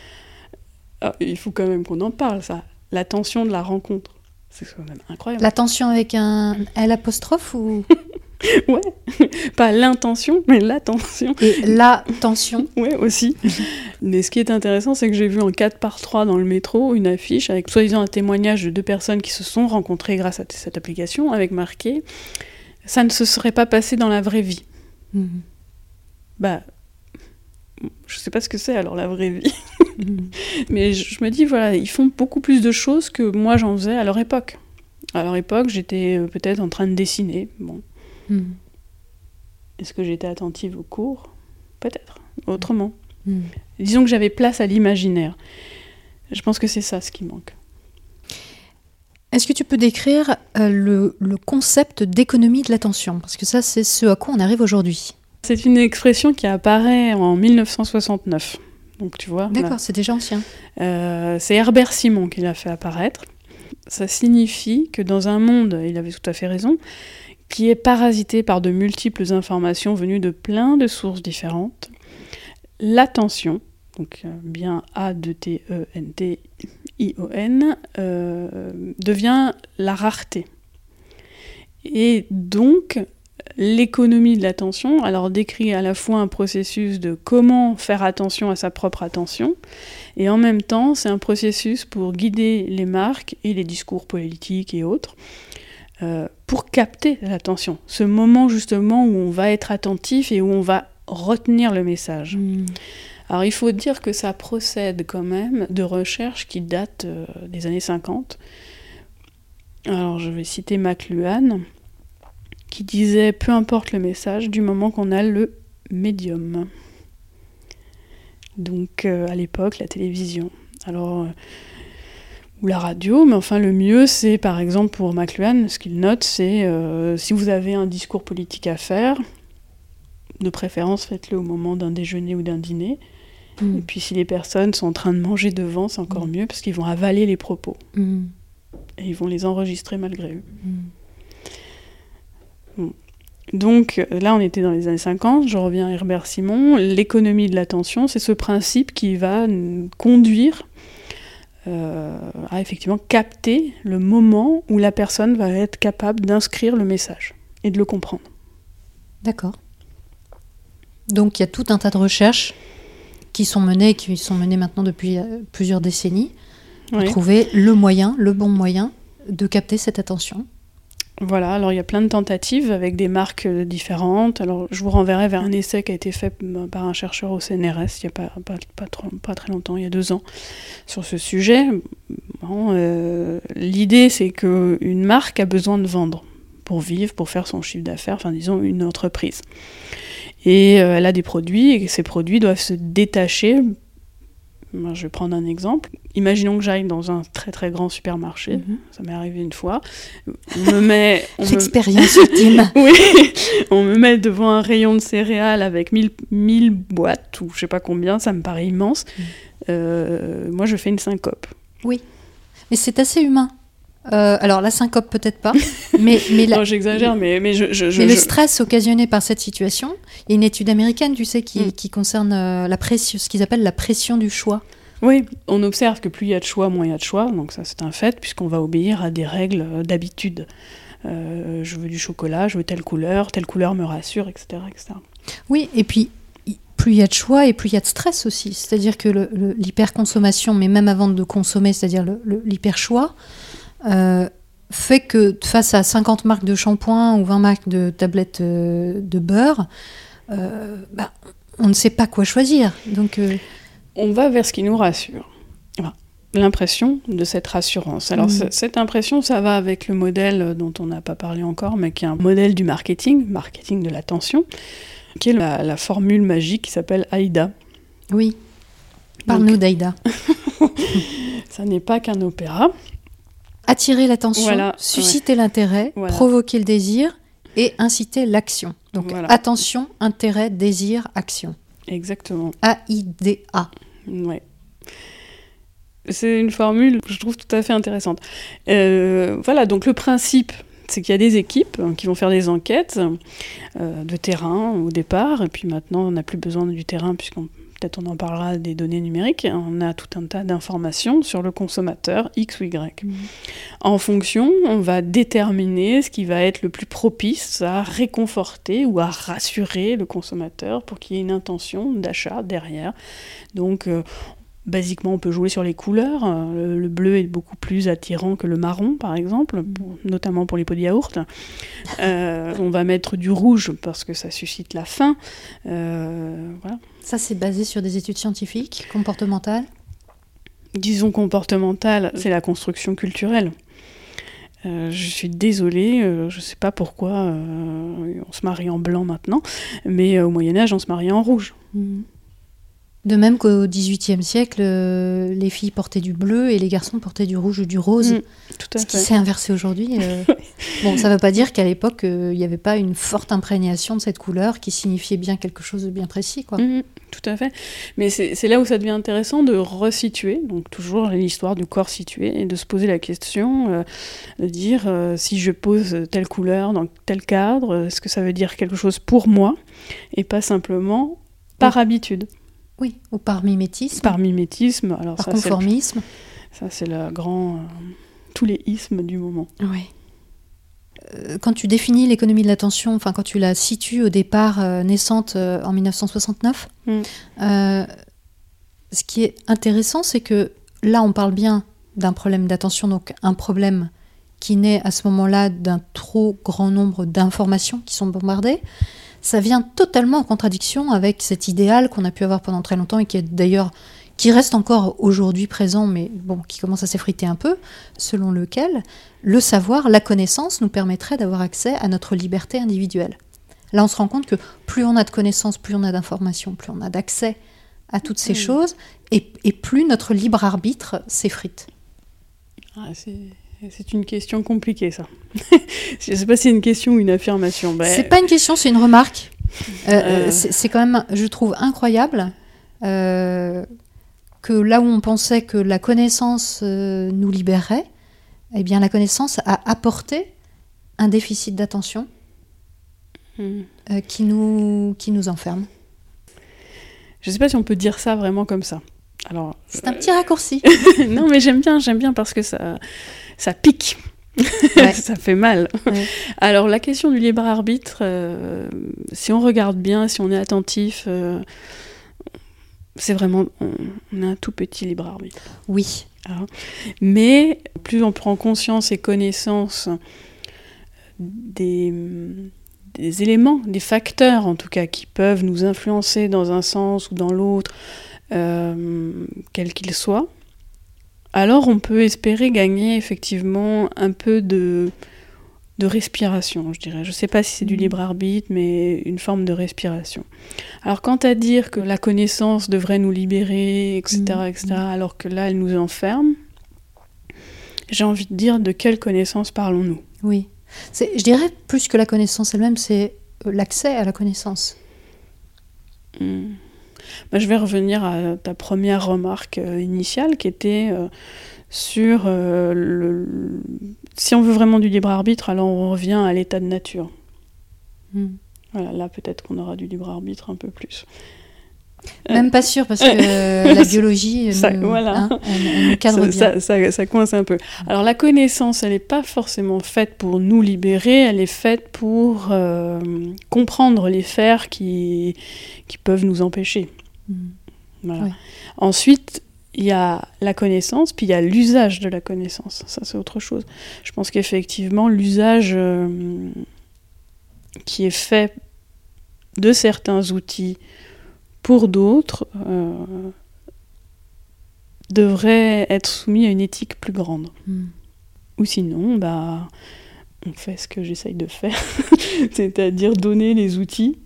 Ah, il faut quand même qu'on en parle, ça. L'attention de la rencontre. C'est quand même incroyable. L'attention avec un L apostrophe ou... Ouais. Pas l'intention, mais l'attention. Et l'attention. Ouais, aussi. Mais ce qui est intéressant, c'est que j'ai vu en 4x3 dans le métro une affiche avec soi-disant un témoignage de 2 personnes qui se sont rencontrées grâce à cette application, avec marqué « Ça ne se serait pas passé dans la vraie vie ». Bah, je sais pas ce que c'est alors la vraie vie. Mais je me dis, voilà, ils font beaucoup plus de choses que moi j'en faisais à leur époque. À leur époque, j'étais peut-être en train de dessiner, bon. Est-ce que j'étais attentive aux cours ? Peut-être, autrement. Disons que j'avais place à l'imaginaire. Je pense que c'est ça ce qui manque. Est-ce que tu peux décrire le concept d'économie de l'attention ? Parce que ça, c'est ce à quoi on arrive aujourd'hui. C'est une expression qui apparaît en 1969. Donc tu vois. D'accord, là, c'est déjà ancien. c'est Herbert Simon qui l'a fait apparaître. Ça signifie que dans un monde, il avait tout à fait raison, qui est parasité par de multiples informations venues de plein de sources différentes, l'attention, donc bien A-D-T-E-N-T-I-O-N, devient la rareté. Et donc, l'économie de l'attention, alors décrit à la fois un processus de comment faire attention à sa propre attention, et en même temps, c'est un processus pour guider les marques et les discours politiques et autres, pour capter l'attention. Ce moment justement où on va être attentif et où on va retenir le message. Alors il faut dire que ça procède quand même de recherches qui datent des années 50. Alors je vais citer McLuhan, qui disait « Peu importe le message, du moment qu'on a le médium ». Donc à l'époque, la télévision. Alors, ou la radio, mais enfin le mieux, c'est par exemple pour McLuhan, ce qu'il note, c'est si vous avez un discours politique à faire, de préférence faites-le au moment d'un déjeuner ou d'un dîner. Et puis si les personnes sont en train de manger devant, c'est encore mieux, parce qu'ils vont avaler les propos. Et ils vont les enregistrer malgré eux. Donc là, on était dans les années 50, je reviens à Herbert Simon. L'économie de l'attention, c'est ce principe qui va conduire à effectivement capter le moment où la personne va être capable d'inscrire le message et de le comprendre. D'accord. Donc il y a tout un tas de recherches qui sont menées maintenant depuis plusieurs décennies pour trouver le bon moyen de capter cette attention. Voilà, alors il y a plein de tentatives avec des marques différentes. Alors je vous renverrai vers un essai qui a été fait par un chercheur au CNRS il n'y a pas très longtemps, il y a 2 ans, sur ce sujet. L'idée, c'est qu'une marque a besoin de vendre pour vivre, pour faire son chiffre d'affaires, enfin disons une entreprise. Et elle a des produits, et ces produits doivent se détacher. Je vais prendre un exemple. Imaginons que j'aille dans un très très grand supermarché. Ça m'est arrivé une fois. L'expérience ultime. Oui, on me met devant un rayon de céréales avec 1000 boîtes, ou je sais pas combien, ça me paraît immense. Moi, je fais une syncope. Oui, mais c'est assez humain. Alors la syncope peut-être pas, mais non, j'exagère, mais le stress occasionné par cette situation. Il y a une étude américaine, tu sais, qui concerne ce qu'ils appellent la pression du choix. Oui, on observe que plus il y a de choix, moins il y a de choix, donc ça c'est un fait, puisqu'on va obéir à des règles d'habitude. Je veux du chocolat, je veux telle couleur me rassure, etc., etc. Oui, et puis plus il y a de choix et plus il y a de stress aussi. C'est-à-dire que l'hyperconsommation, mais même avant de consommer, c'est-à-dire l'hyper-choix, fait que face à 50 marques de shampoing ou 20 marques de tablettes de beurre, on ne sait pas quoi choisir. Donc, on va vers ce qui nous rassure. L'impression de cette rassurance. Alors cette impression, ça va avec le modèle dont on n'a pas parlé encore, mais qui est un modèle du marketing de l'attention, qui est la formule magique qui s'appelle AIDA. Oui, parle-nous d'AIDA. Ça n'est pas qu'un opéra. Attirer l'attention, susciter l'intérêt, provoquer le désir et inciter l'action. Donc attention, intérêt, désir, action. Exactement. AIDA. Ouais. C'est une formule que je trouve tout à fait intéressante. Donc le principe, c'est qu'il y a des équipes qui vont faire des enquêtes de terrain au départ, et puis maintenant on n'a plus besoin du terrain puisqu'on on en parlera des données numériques, on a tout un tas d'informations sur le consommateur X ou Y. En fonction, on va déterminer ce qui va être le plus propice à réconforter ou à rassurer le consommateur pour qu'il y ait une intention d'achat derrière. Donc, basiquement, on peut jouer sur les couleurs. Le bleu est beaucoup plus attirant que le marron, par exemple, notamment pour les pots de yaourt. On va mettre du rouge parce que ça suscite la faim. Voilà. Ça, c'est basé sur des études scientifiques, comportementales ? Disons comportementales, c'est la construction culturelle. Je suis désolée, je ne sais pas pourquoi on se marie en blanc maintenant, mais au Moyen-Âge, on se mariait en rouge. De même qu'au XVIIIe siècle, les filles portaient du bleu et les garçons portaient du rouge ou du rose. Tout à ce fait. qui s'est inversé aujourd'hui. Bon, ça ne veut pas dire qu'à l'époque, il n'y avait pas une forte imprégnation de cette couleur qui signifiait bien quelque chose de bien précis, quoi. Tout à fait. Mais c'est là où ça devient intéressant de resituer, donc toujours l'histoire du corps situé, et de se poser la question, de dire si je pose telle couleur dans tel cadre, est-ce que ça veut dire quelque chose pour moi, et pas simplement par habitude. Oui, ou par mimétisme. Par mimétisme. Alors par conformisme. Ça, c'est le grand... tous les ismes du moment. Oui. Quand tu définis l'économie de l'attention, enfin quand tu la situes au départ naissante en 1969, ce qui est intéressant, c'est que là, on parle bien d'un problème d'attention, donc un problème qui naît à ce moment-là d'un trop grand nombre d'informations qui sont bombardées. Ça vient totalement en contradiction avec cet idéal qu'on a pu avoir pendant très longtemps et qui est d'ailleurs, qui reste encore aujourd'hui présent, mais bon, qui commence à s'effriter un peu, selon lequel le savoir, la connaissance nous permettrait d'avoir accès à notre liberté individuelle. Là, on se rend compte que plus on a de connaissances, plus on a d'informations, plus on a d'accès à toutes ces choses, et plus notre libre arbitre s'effrite. C'est une question compliquée, ça. Je ne sais pas si c'est une question ou une affirmation. C'est pas une question, c'est une remarque. C'est quand même, je trouve, incroyable que là où on pensait que la connaissance nous libérait, eh bien la connaissance a apporté un déficit d'attention qui nous enferme. Je ne sais pas si on peut dire ça vraiment comme ça. Alors, c'est un petit raccourci. Non, mais j'aime bien parce que ça pique. Ouais. Ça fait mal. Ouais. Alors, la question du libre arbitre, si on regarde bien, si on est attentif, c'est vraiment... On a un tout petit libre arbitre. Oui. Alors, mais plus on prend conscience et connaissance des éléments, des facteurs en tout cas, qui peuvent nous influencer dans un sens ou dans l'autre, quel qu'il soit, alors on peut espérer gagner effectivement un peu de respiration, je dirais. Je ne sais pas si c'est du libre arbitre, mais une forme de respiration. Alors quant à dire que la connaissance devrait nous libérer, etc., alors que là elle nous enferme, j'ai envie de dire de quelle connaissance parlons-nous ? Oui. Je dirais plus que la connaissance elle-même, c'est l'accès à la connaissance. Je vais revenir à ta première remarque initiale qui était sur si on veut vraiment du libre arbitre, alors on revient à l'état de nature. Voilà, là peut-être qu'on aura du libre arbitre un peu plus. Même pas sûr, parce que la biologie elle nous cadre bien. Ça coince un peu. Alors la connaissance, elle n'est pas forcément faite pour nous libérer, elle est faite pour comprendre les fers qui peuvent nous empêcher. Voilà. Oui. Ensuite, il y a la connaissance, puis il y a l'usage de la connaissance. Ça, c'est autre chose. Je pense qu'effectivement, l'usage qui est fait de certains outils pour d'autres, devrait être soumis à une éthique plus grande. Ou sinon, on fait ce que j'essaye de faire, c'est-à-dire donner les outils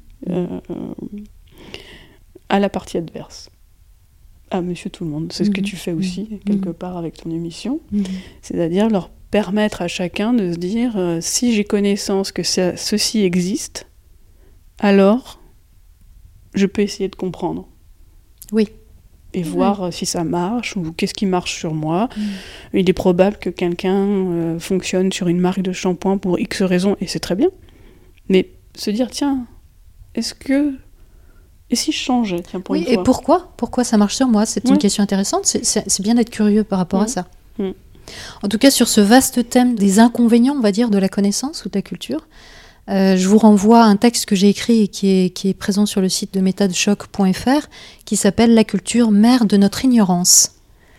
à la partie adverse. À monsieur tout le monde. C'est ce que tu fais aussi, quelque part, avec ton émission. C'est-à-dire leur permettre à chacun de se dire, si j'ai connaissance que ceci existe, alors je peux essayer de comprendre. Oui. Et voir si ça marche, ou qu'est-ce qui marche sur moi. Il est probable que quelqu'un fonctionne sur une marque de shampoing pour X raisons, et c'est très bien. Mais se dire, tiens, est-ce que... Et si je changeais, tiens, pour une fois. Et pourquoi ça marche sur moi ? C'est une question intéressante. C'est bien d'être curieux par rapport à ça. En tout cas, sur ce vaste thème des inconvénients, on va dire, de la connaissance ou de la culture, je vous renvoie à un texte que j'ai écrit et qui est présent sur le site de méthodechoc.fr qui s'appelle « La culture, mère de notre ignorance ».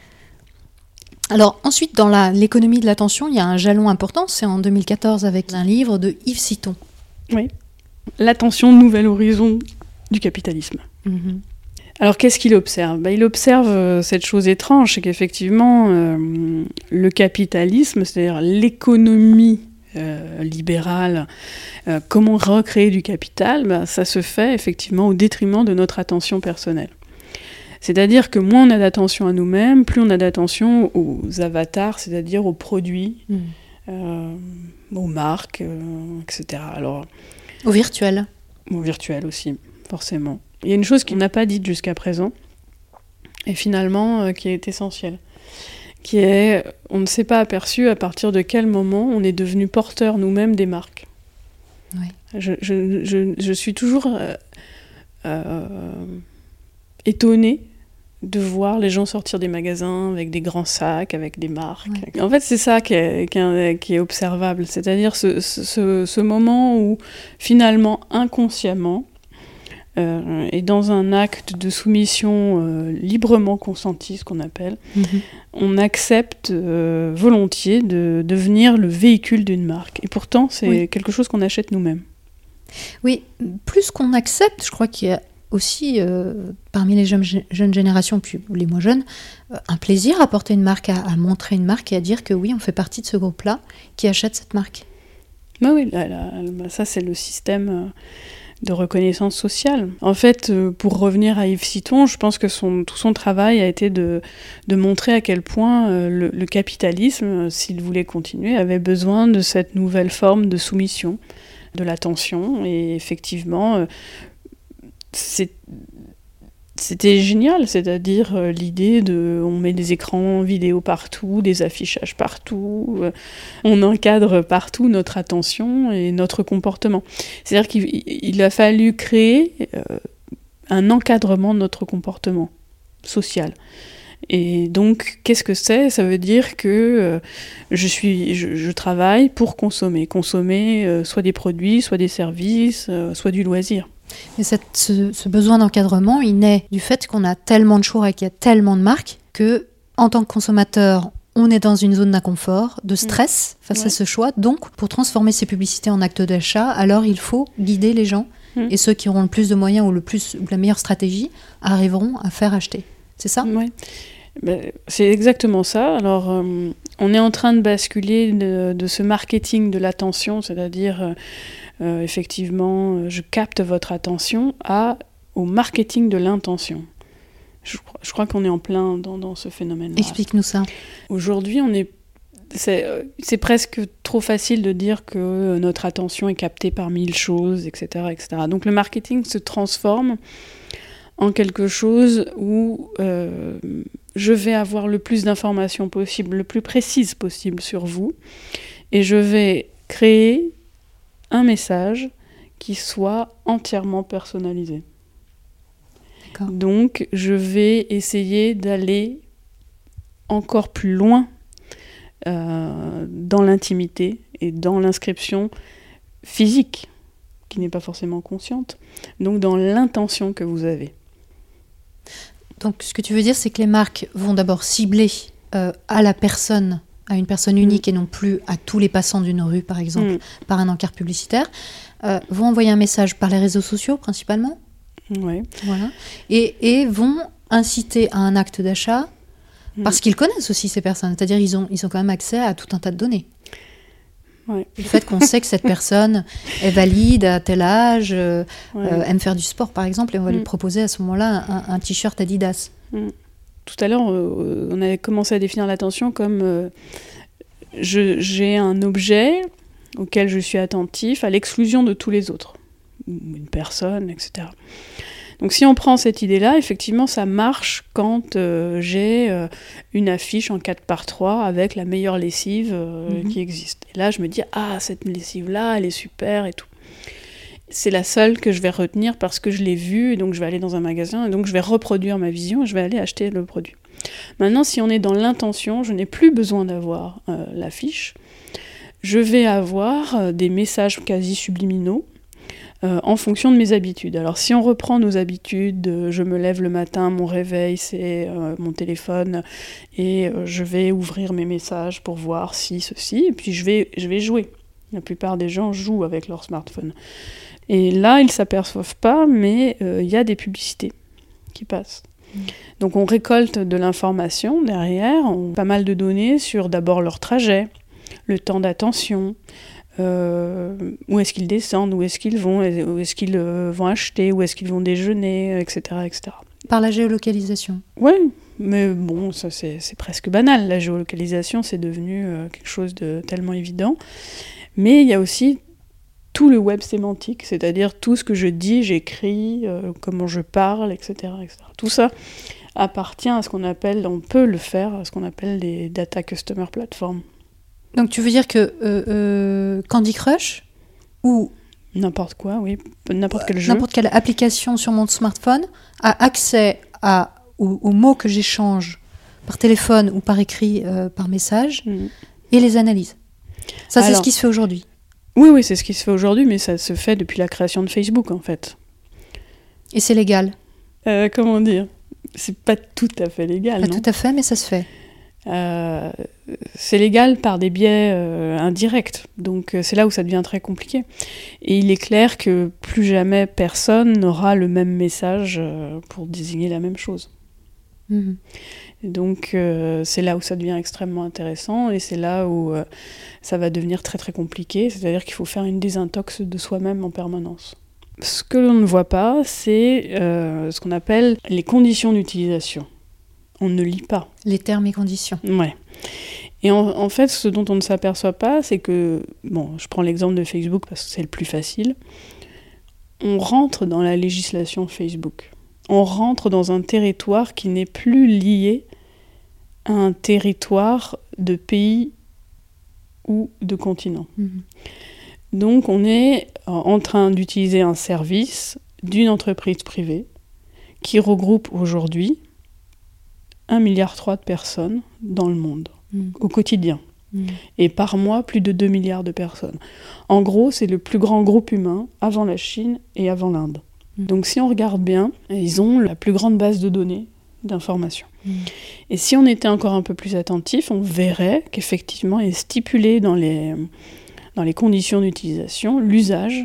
Alors ensuite, dans l'économie de l'attention, il y a un jalon important, c'est en 2014 avec un livre de Yves Citon. Oui, l'attention, nouvel horizon du capitalisme. Alors, qu'est-ce qu'il observe ? Il observe cette chose étrange, c'est qu'effectivement, le capitalisme, c'est-à-dire l'économie libérale, comment recréer du capital, ça se fait effectivement au détriment de notre attention personnelle. C'est-à-dire que moins on a d'attention à nous-mêmes, plus on a d'attention aux avatars, c'est-à-dire aux produits, aux marques, etc. Alors, Au virtuel. Au virtuel aussi, forcément. Il y a une chose qu'on n'a pas dite jusqu'à présent, et finalement qui est essentielle, qui est, on ne s'est pas aperçu à partir de quel moment on est devenu porteur nous-mêmes des marques. Oui. Je suis toujours étonnée de voir les gens sortir des magasins avec des grands sacs, avec des marques. Ouais. En fait, c'est ça qui est observable, c'est-à-dire ce moment où, finalement, inconsciemment, et dans un acte de soumission librement consenti, ce qu'on appelle, on accepte volontiers de devenir le véhicule d'une marque. Et pourtant, c'est quelque chose qu'on achète nous-mêmes. Oui, plus qu'on accepte, je crois qu'il y a aussi, parmi les jeunes générations, puis les moins jeunes, un plaisir à porter une marque, à montrer une marque et à dire que oui, on fait partie de ce groupe-là qui achète cette marque. Bah oui, ça c'est le système de reconnaissance sociale. En fait, pour revenir à Yves Citon, je pense que tout son travail a été de montrer à quel point le capitalisme, s'il voulait continuer, avait besoin de cette nouvelle forme de soumission, de l'attention, et effectivement... C'était génial, c'est-à-dire l'idée on met des écrans vidéo partout, des affichages partout, on encadre partout notre attention et notre comportement. C'est-à-dire qu'il a fallu créer un encadrement de notre comportement social. Et donc, qu'est-ce que c'est ? Ça veut dire que je travaille pour consommer soit des produits, soit des services, soit du loisir. Mais ce besoin d'encadrement, il naît du fait qu'on a tellement de choix et qu'il y a tellement de marques que, en tant que consommateur, on est dans une zone d'inconfort, de stress face à ce choix. Donc, pour transformer ces publicités en actes d'achat, alors il faut guider les gens. Et ceux qui auront le plus de moyens ou la meilleure stratégie arriveront à faire acheter. C'est ça ? Oui. C'est exactement ça. Alors, on est en train de basculer de ce marketing de l'attention, c'est-à-dire... effectivement, je capte votre attention, au marketing de l'intention. Je crois qu'on est en plein dans ce phénomène-là. Explique-nous ça. Aujourd'hui, c'est presque trop facile de dire que notre attention est captée par 1000 choses, etc., etc. Donc le marketing se transforme en quelque chose où je vais avoir le plus d'informations possible, le plus précises possible sur vous, et je vais créer un message qui soit entièrement personnalisé. D'accord. Donc, je vais essayer d'aller encore plus loin dans l'intimité et dans l'inscription physique, qui n'est pas forcément consciente, donc dans l'intention que vous avez. Donc, ce que tu veux dire, c'est que les marques vont d'abord cibler à la personne, à une personne unique et non plus à tous les passants d'une rue, par exemple, par un encart publicitaire, vont envoyer un message par les réseaux sociaux, principalement. Oui. Voilà. Et vont inciter à un acte d'achat, parce qu'ils connaissent aussi ces personnes. C'est-à-dire ils ont quand même accès à tout un tas de données. Ouais. Le fait qu'on sait que cette personne est valide, à tel âge, aime faire du sport, par exemple, et on va lui proposer à ce moment-là un t-shirt Adidas. Tout à l'heure, on avait commencé à définir l'attention comme j'ai un objet auquel je suis attentif à l'exclusion de tous les autres, une personne, etc. Donc si on prend cette idée-là, effectivement, ça marche quand j'ai une affiche en 4x3 avec la meilleure lessive qui existe. Et là, je me dis, cette lessive-là, elle est super et tout. C'est la seule que je vais retenir parce que je l'ai vue, et donc je vais aller dans un magasin, et donc je vais reproduire ma vision, et je vais aller acheter le produit. Maintenant, si on est dans l'intention, je n'ai plus besoin d'avoir l'affiche. Je vais avoir des messages quasi subliminaux en fonction de mes habitudes. Alors si on reprend nos habitudes, je me lève le matin, mon réveil, c'est mon téléphone, et je vais ouvrir mes messages pour voir si ceci, et puis je vais jouer. La plupart des gens jouent avec leur smartphone. Et là, ils ne s'aperçoivent pas, mais il y a des publicités qui passe. Donc on récolte de l'information derrière, pas mal de données sur d'abord leur trajet, le temps d'attention, où est-ce qu'ils descendent, où est-ce qu'ils vont vont acheter, où est-ce qu'ils vont déjeuner, etc., etc. Par la géolocalisation. Oui, mais bon, ça c'est presque banal. La géolocalisation, c'est devenu quelque chose de tellement évident. Mais il y a aussi tout le web sémantique, c'est-à-dire tout ce que je dis, j'écris, comment je parle, etc., etc. Tout ça appartient à ce qu'on appelle, on peut le faire, à ce qu'on appelle des data customer platforms. Donc tu veux dire que Candy Crush ou N'importe quoi, oui, n'importe quel jeu. N'importe quelle application sur mon smartphone a accès aux mots que j'échange par téléphone ou par écrit, par message, et les analyse. Ça, c'est ce qui se fait aujourd'hui. Oui, c'est ce qui se fait aujourd'hui, mais ça se fait depuis la création de Facebook, en fait. Et c'est légal. Comment dire ? C'est pas tout à fait légal, Pas non ? tout à fait, mais ça se fait. C'est légal par des biais indirects, donc c'est là où ça devient très compliqué. Et il est clair que plus jamais personne n'aura le même message pour désigner la même chose. Mmh. Donc c'est là où ça devient extrêmement intéressant, et c'est là où ça va devenir très très compliqué, c'est-à-dire qu'il faut faire une désintox de soi-même en permanence. Ce que l'on ne voit pas, c'est ce qu'on appelle les conditions d'utilisation. On ne lit pas. Les termes et conditions. Ouais. Et en fait, ce dont on ne s'aperçoit pas, c'est que, bon, je prends l'exemple de Facebook parce que c'est le plus facile, on rentre dans la législation Facebook. On rentre dans un territoire qui n'est plus lié à un territoire de pays ou de continent. Mmh. Donc on est en train d'utiliser un service d'une entreprise privée qui regroupe aujourd'hui 1,3 milliard de personnes dans le monde, au quotidien. Et par mois, plus de 2 milliards de personnes. En gros, c'est le plus grand groupe humain avant la Chine et avant l'Inde. Donc si on regarde bien, ils ont la plus grande base de données d'informations. Et si on était encore un peu plus attentif, on verrait qu'effectivement est stipulé dans les conditions d'utilisation l'usage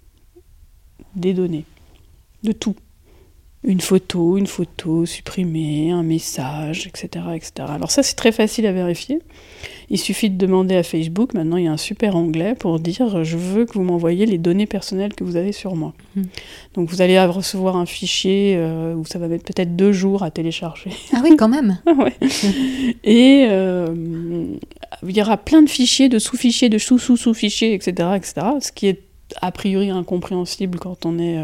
des données, de tout. Une photo supprimée, un message, etc., etc. Alors ça, c'est très facile à vérifier. Il suffit de demander à Facebook. Maintenant, il y a un super onglet pour dire « Je veux que vous m'envoyiez les données personnelles que vous avez sur moi. » Donc, vous allez recevoir un fichier où ça va mettre peut-être 2 jours à télécharger. Ah oui, quand même. Ouais. Et il y aura plein de fichiers, de sous-fichiers, de sous-sous-sous-fichiers, etc., etc., ce qui est a priori incompréhensible quand on est...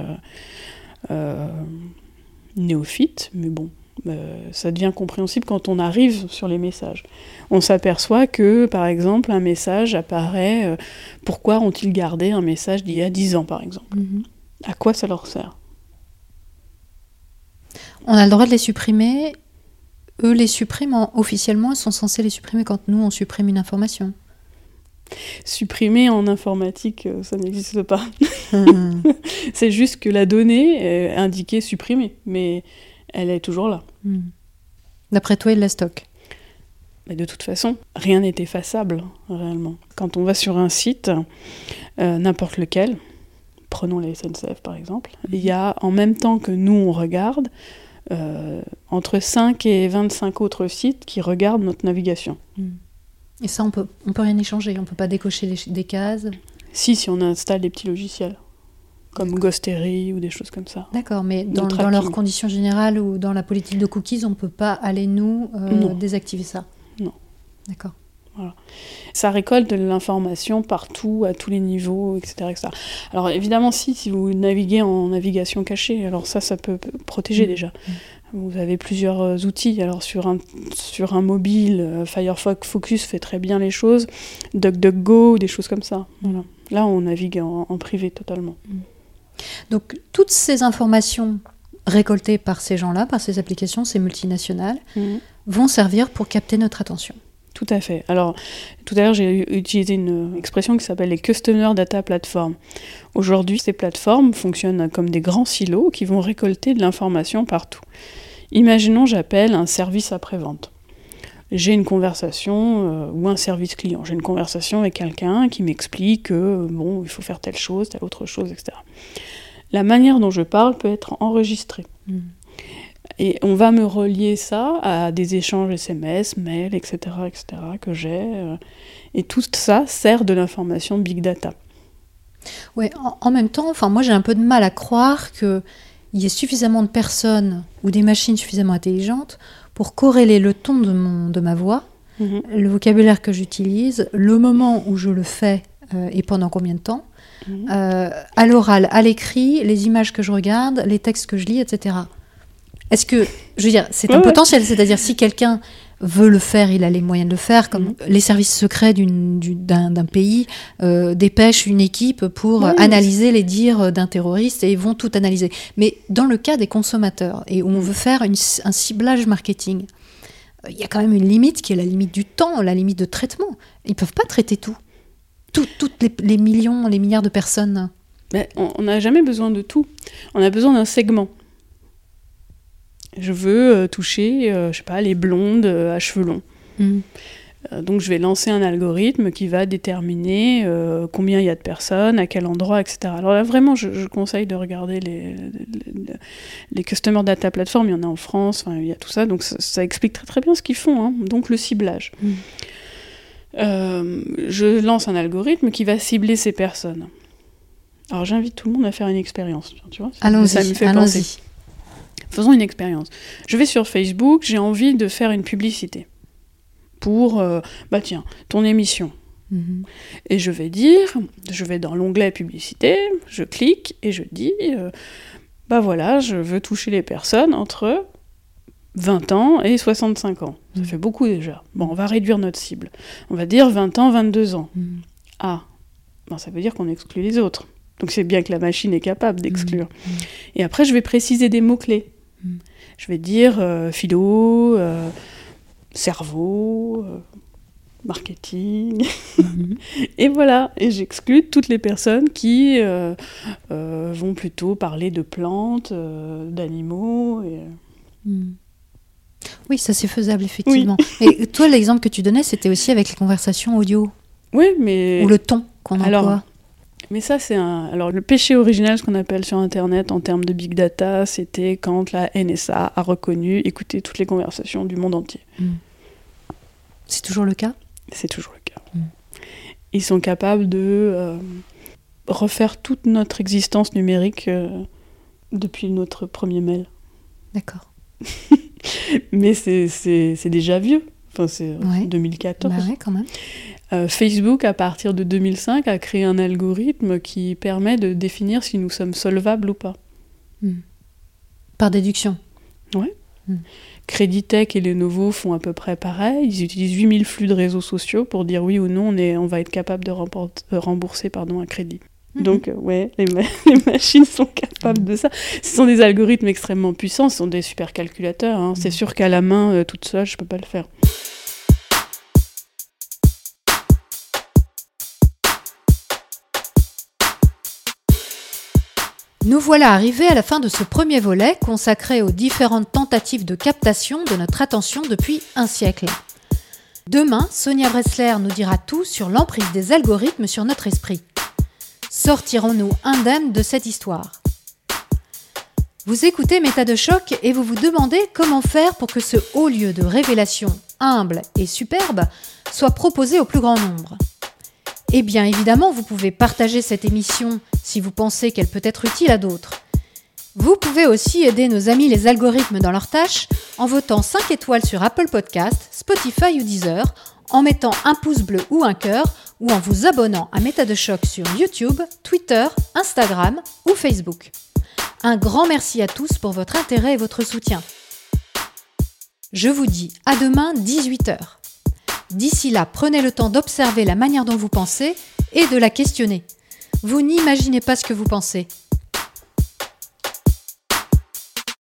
néophyte, mais bon, ça devient compréhensible quand on arrive sur les messages. On s'aperçoit que, par exemple, un message apparaît, pourquoi ont-ils gardé un message d'il y a 10 ans, par exemple ? À quoi ça leur sert ? On a le droit de les supprimer. Eux les suppriment officiellement, ils sont censés les supprimer quand nous, on supprime une information. Supprimer en informatique, ça n'existe pas. C'est juste que la donnée est indiquée supprimée, mais elle est toujours là. D'après toi, ils la stockent. Mais de toute façon, rien n'est effaçable, réellement. Quand on va sur un site, n'importe lequel, prenons la SNCF par exemple, il y a, en même temps que nous on regarde, entre 5 et 25 autres sites qui regardent notre navigation. Et ça, on peut rien y changer, on peut pas décocher des cases. Si on installe des petits logiciels, comme Ghostery ou des choses comme ça. D'accord, mais dans leurs conditions générales ou dans la politique de cookies, on peut pas aller, nous, désactiver ça. Non. D'accord. Voilà. Ça récolte de l'information partout, à tous les niveaux, etc. etc. Alors évidemment, si vous naviguez en navigation cachée, alors ça peut protéger déjà. Vous avez plusieurs outils. Alors sur un mobile, Firefox Focus fait très bien les choses, DuckDuckGo, des choses comme ça. Voilà. Là, on navigue en privé totalement. Donc toutes ces informations récoltées par ces gens-là, par ces applications, ces multinationales, vont servir pour capter notre attention. Tout à fait. Alors, tout à l'heure, j'ai utilisé une expression qui s'appelle les Customer Data Platforms. Aujourd'hui, ces plateformes fonctionnent comme des grands silos qui vont récolter de l'information partout. Imaginons, j'appelle un service après-vente. J'ai une conversation, ou un service client. J'ai une conversation avec quelqu'un qui m'explique que, il faut faire telle chose, telle autre chose, etc. La manière dont je parle peut être enregistrée. Et on va me relier ça à des échanges SMS, mails, etc. que j'ai. Et tout ça sert de l'information big data. Ouais, en même temps, moi j'ai un peu de mal à croire qu'il y ait suffisamment de personnes ou des machines suffisamment intelligentes pour corréler le ton de ma voix, le vocabulaire que j'utilise, le moment où je le fais et pendant combien de temps, à l'oral, à l'écrit, les images que je regarde, les textes que je lis, etc. Est-ce que, je veux dire, c'est un potentiel, c'est-à-dire si quelqu'un veut le faire, il a les moyens de le faire, comme les services secrets d'un pays dépêchent une équipe pour analyser les dires d'un terroriste et ils vont tout analyser. Mais dans le cas des consommateurs, et où on veut faire un ciblage marketing, il y a quand même une limite qui est la limite du temps, la limite de traitement. Ils ne peuvent pas traiter tout. Toutes les millions, les milliards de personnes. Mais on n'a jamais besoin de tout. On a besoin d'un segment. Je veux toucher, je sais pas, les blondes à cheveux longs. Donc je vais lancer un algorithme qui va déterminer combien il y a de personnes, à quel endroit, etc. Alors là, vraiment, je conseille de regarder les Customer Data Platform. Il y en a en France, il y a tout ça. Donc ça explique très très bien ce qu'ils font. Hein. Donc le ciblage. Je lance un algorithme qui va cibler ces personnes. Alors j'invite tout le monde à faire une expérience. Tu vois, ça me fait penser. Faisons une expérience. Je vais sur Facebook, j'ai envie de faire une publicité pour, ton émission. Et je vais dans l'onglet publicité, je clique et je dis, je veux toucher les personnes entre 20 ans et 65 ans. Ça fait beaucoup déjà. Bon, on va réduire notre cible. On va dire 20 ans, 22 ans. Ça veut dire qu'on exclut les autres. Donc c'est bien que la machine est capable d'exclure. Et après, je vais préciser des mots-clés. Je vais dire philo, cerveau, marketing. Et voilà. Et j'exclus toutes les personnes qui vont plutôt parler de plantes, d'animaux. Oui, ça c'est faisable, effectivement. Et toi, l'exemple que tu donnais, c'était aussi avec les conversations audio. Oui, mais... Ou le ton qu'on emploie. Mais ça, c'est Alors, le péché original, ce qu'on appelle sur Internet, en termes de big data, c'était quand la NSA a reconnu écouter toutes les conversations du monde entier. C'est toujours le cas ? C'est toujours le cas. Ils sont capables de refaire toute notre existence numérique depuis notre premier mail. D'accord. Mais c'est déjà vieux. Enfin, c'est 2014. Bah ouais, quand même. Facebook, à partir de 2005, a créé un algorithme qui permet de définir si nous sommes solvables ou pas. Par déduction. Ouais. Creditech et Lenovo font à peu près pareil. Ils utilisent 8000 flux de réseaux sociaux pour dire oui ou non, on va être capable de rembourser un crédit. Donc, les machines sont capables de ça. Ce sont des algorithmes extrêmement puissants, ce sont des supercalculateurs. Hein. C'est sûr qu'à la main, toute seule, je ne peux pas le faire. Nous voilà arrivés à la fin de ce premier volet consacré aux différentes tentatives de captation de notre attention depuis un siècle. Demain, Sonia Bressler nous dira tout sur l'emprise des algorithmes sur notre esprit. Sortirons-nous indemnes de cette histoire ? Vous écoutez Méta de Choc et vous vous demandez comment faire pour que ce haut lieu de révélation humble et superbe soit proposé au plus grand nombre. Eh bien, évidemment, vous pouvez partager cette émission si vous pensez qu'elle peut être utile à d'autres. Vous pouvez aussi aider nos amis les algorithmes dans leurs tâches en votant 5 étoiles sur Apple Podcast, Spotify ou Deezer, en mettant un pouce bleu ou un cœur, ou en vous abonnant à Méta de Choc sur YouTube, Twitter, Instagram ou Facebook. Un grand merci à tous pour votre intérêt et votre soutien. Je vous dis à demain 18h. D'ici là, prenez le temps d'observer la manière dont vous pensez et de la questionner. Vous n'imaginez pas ce que vous pensez.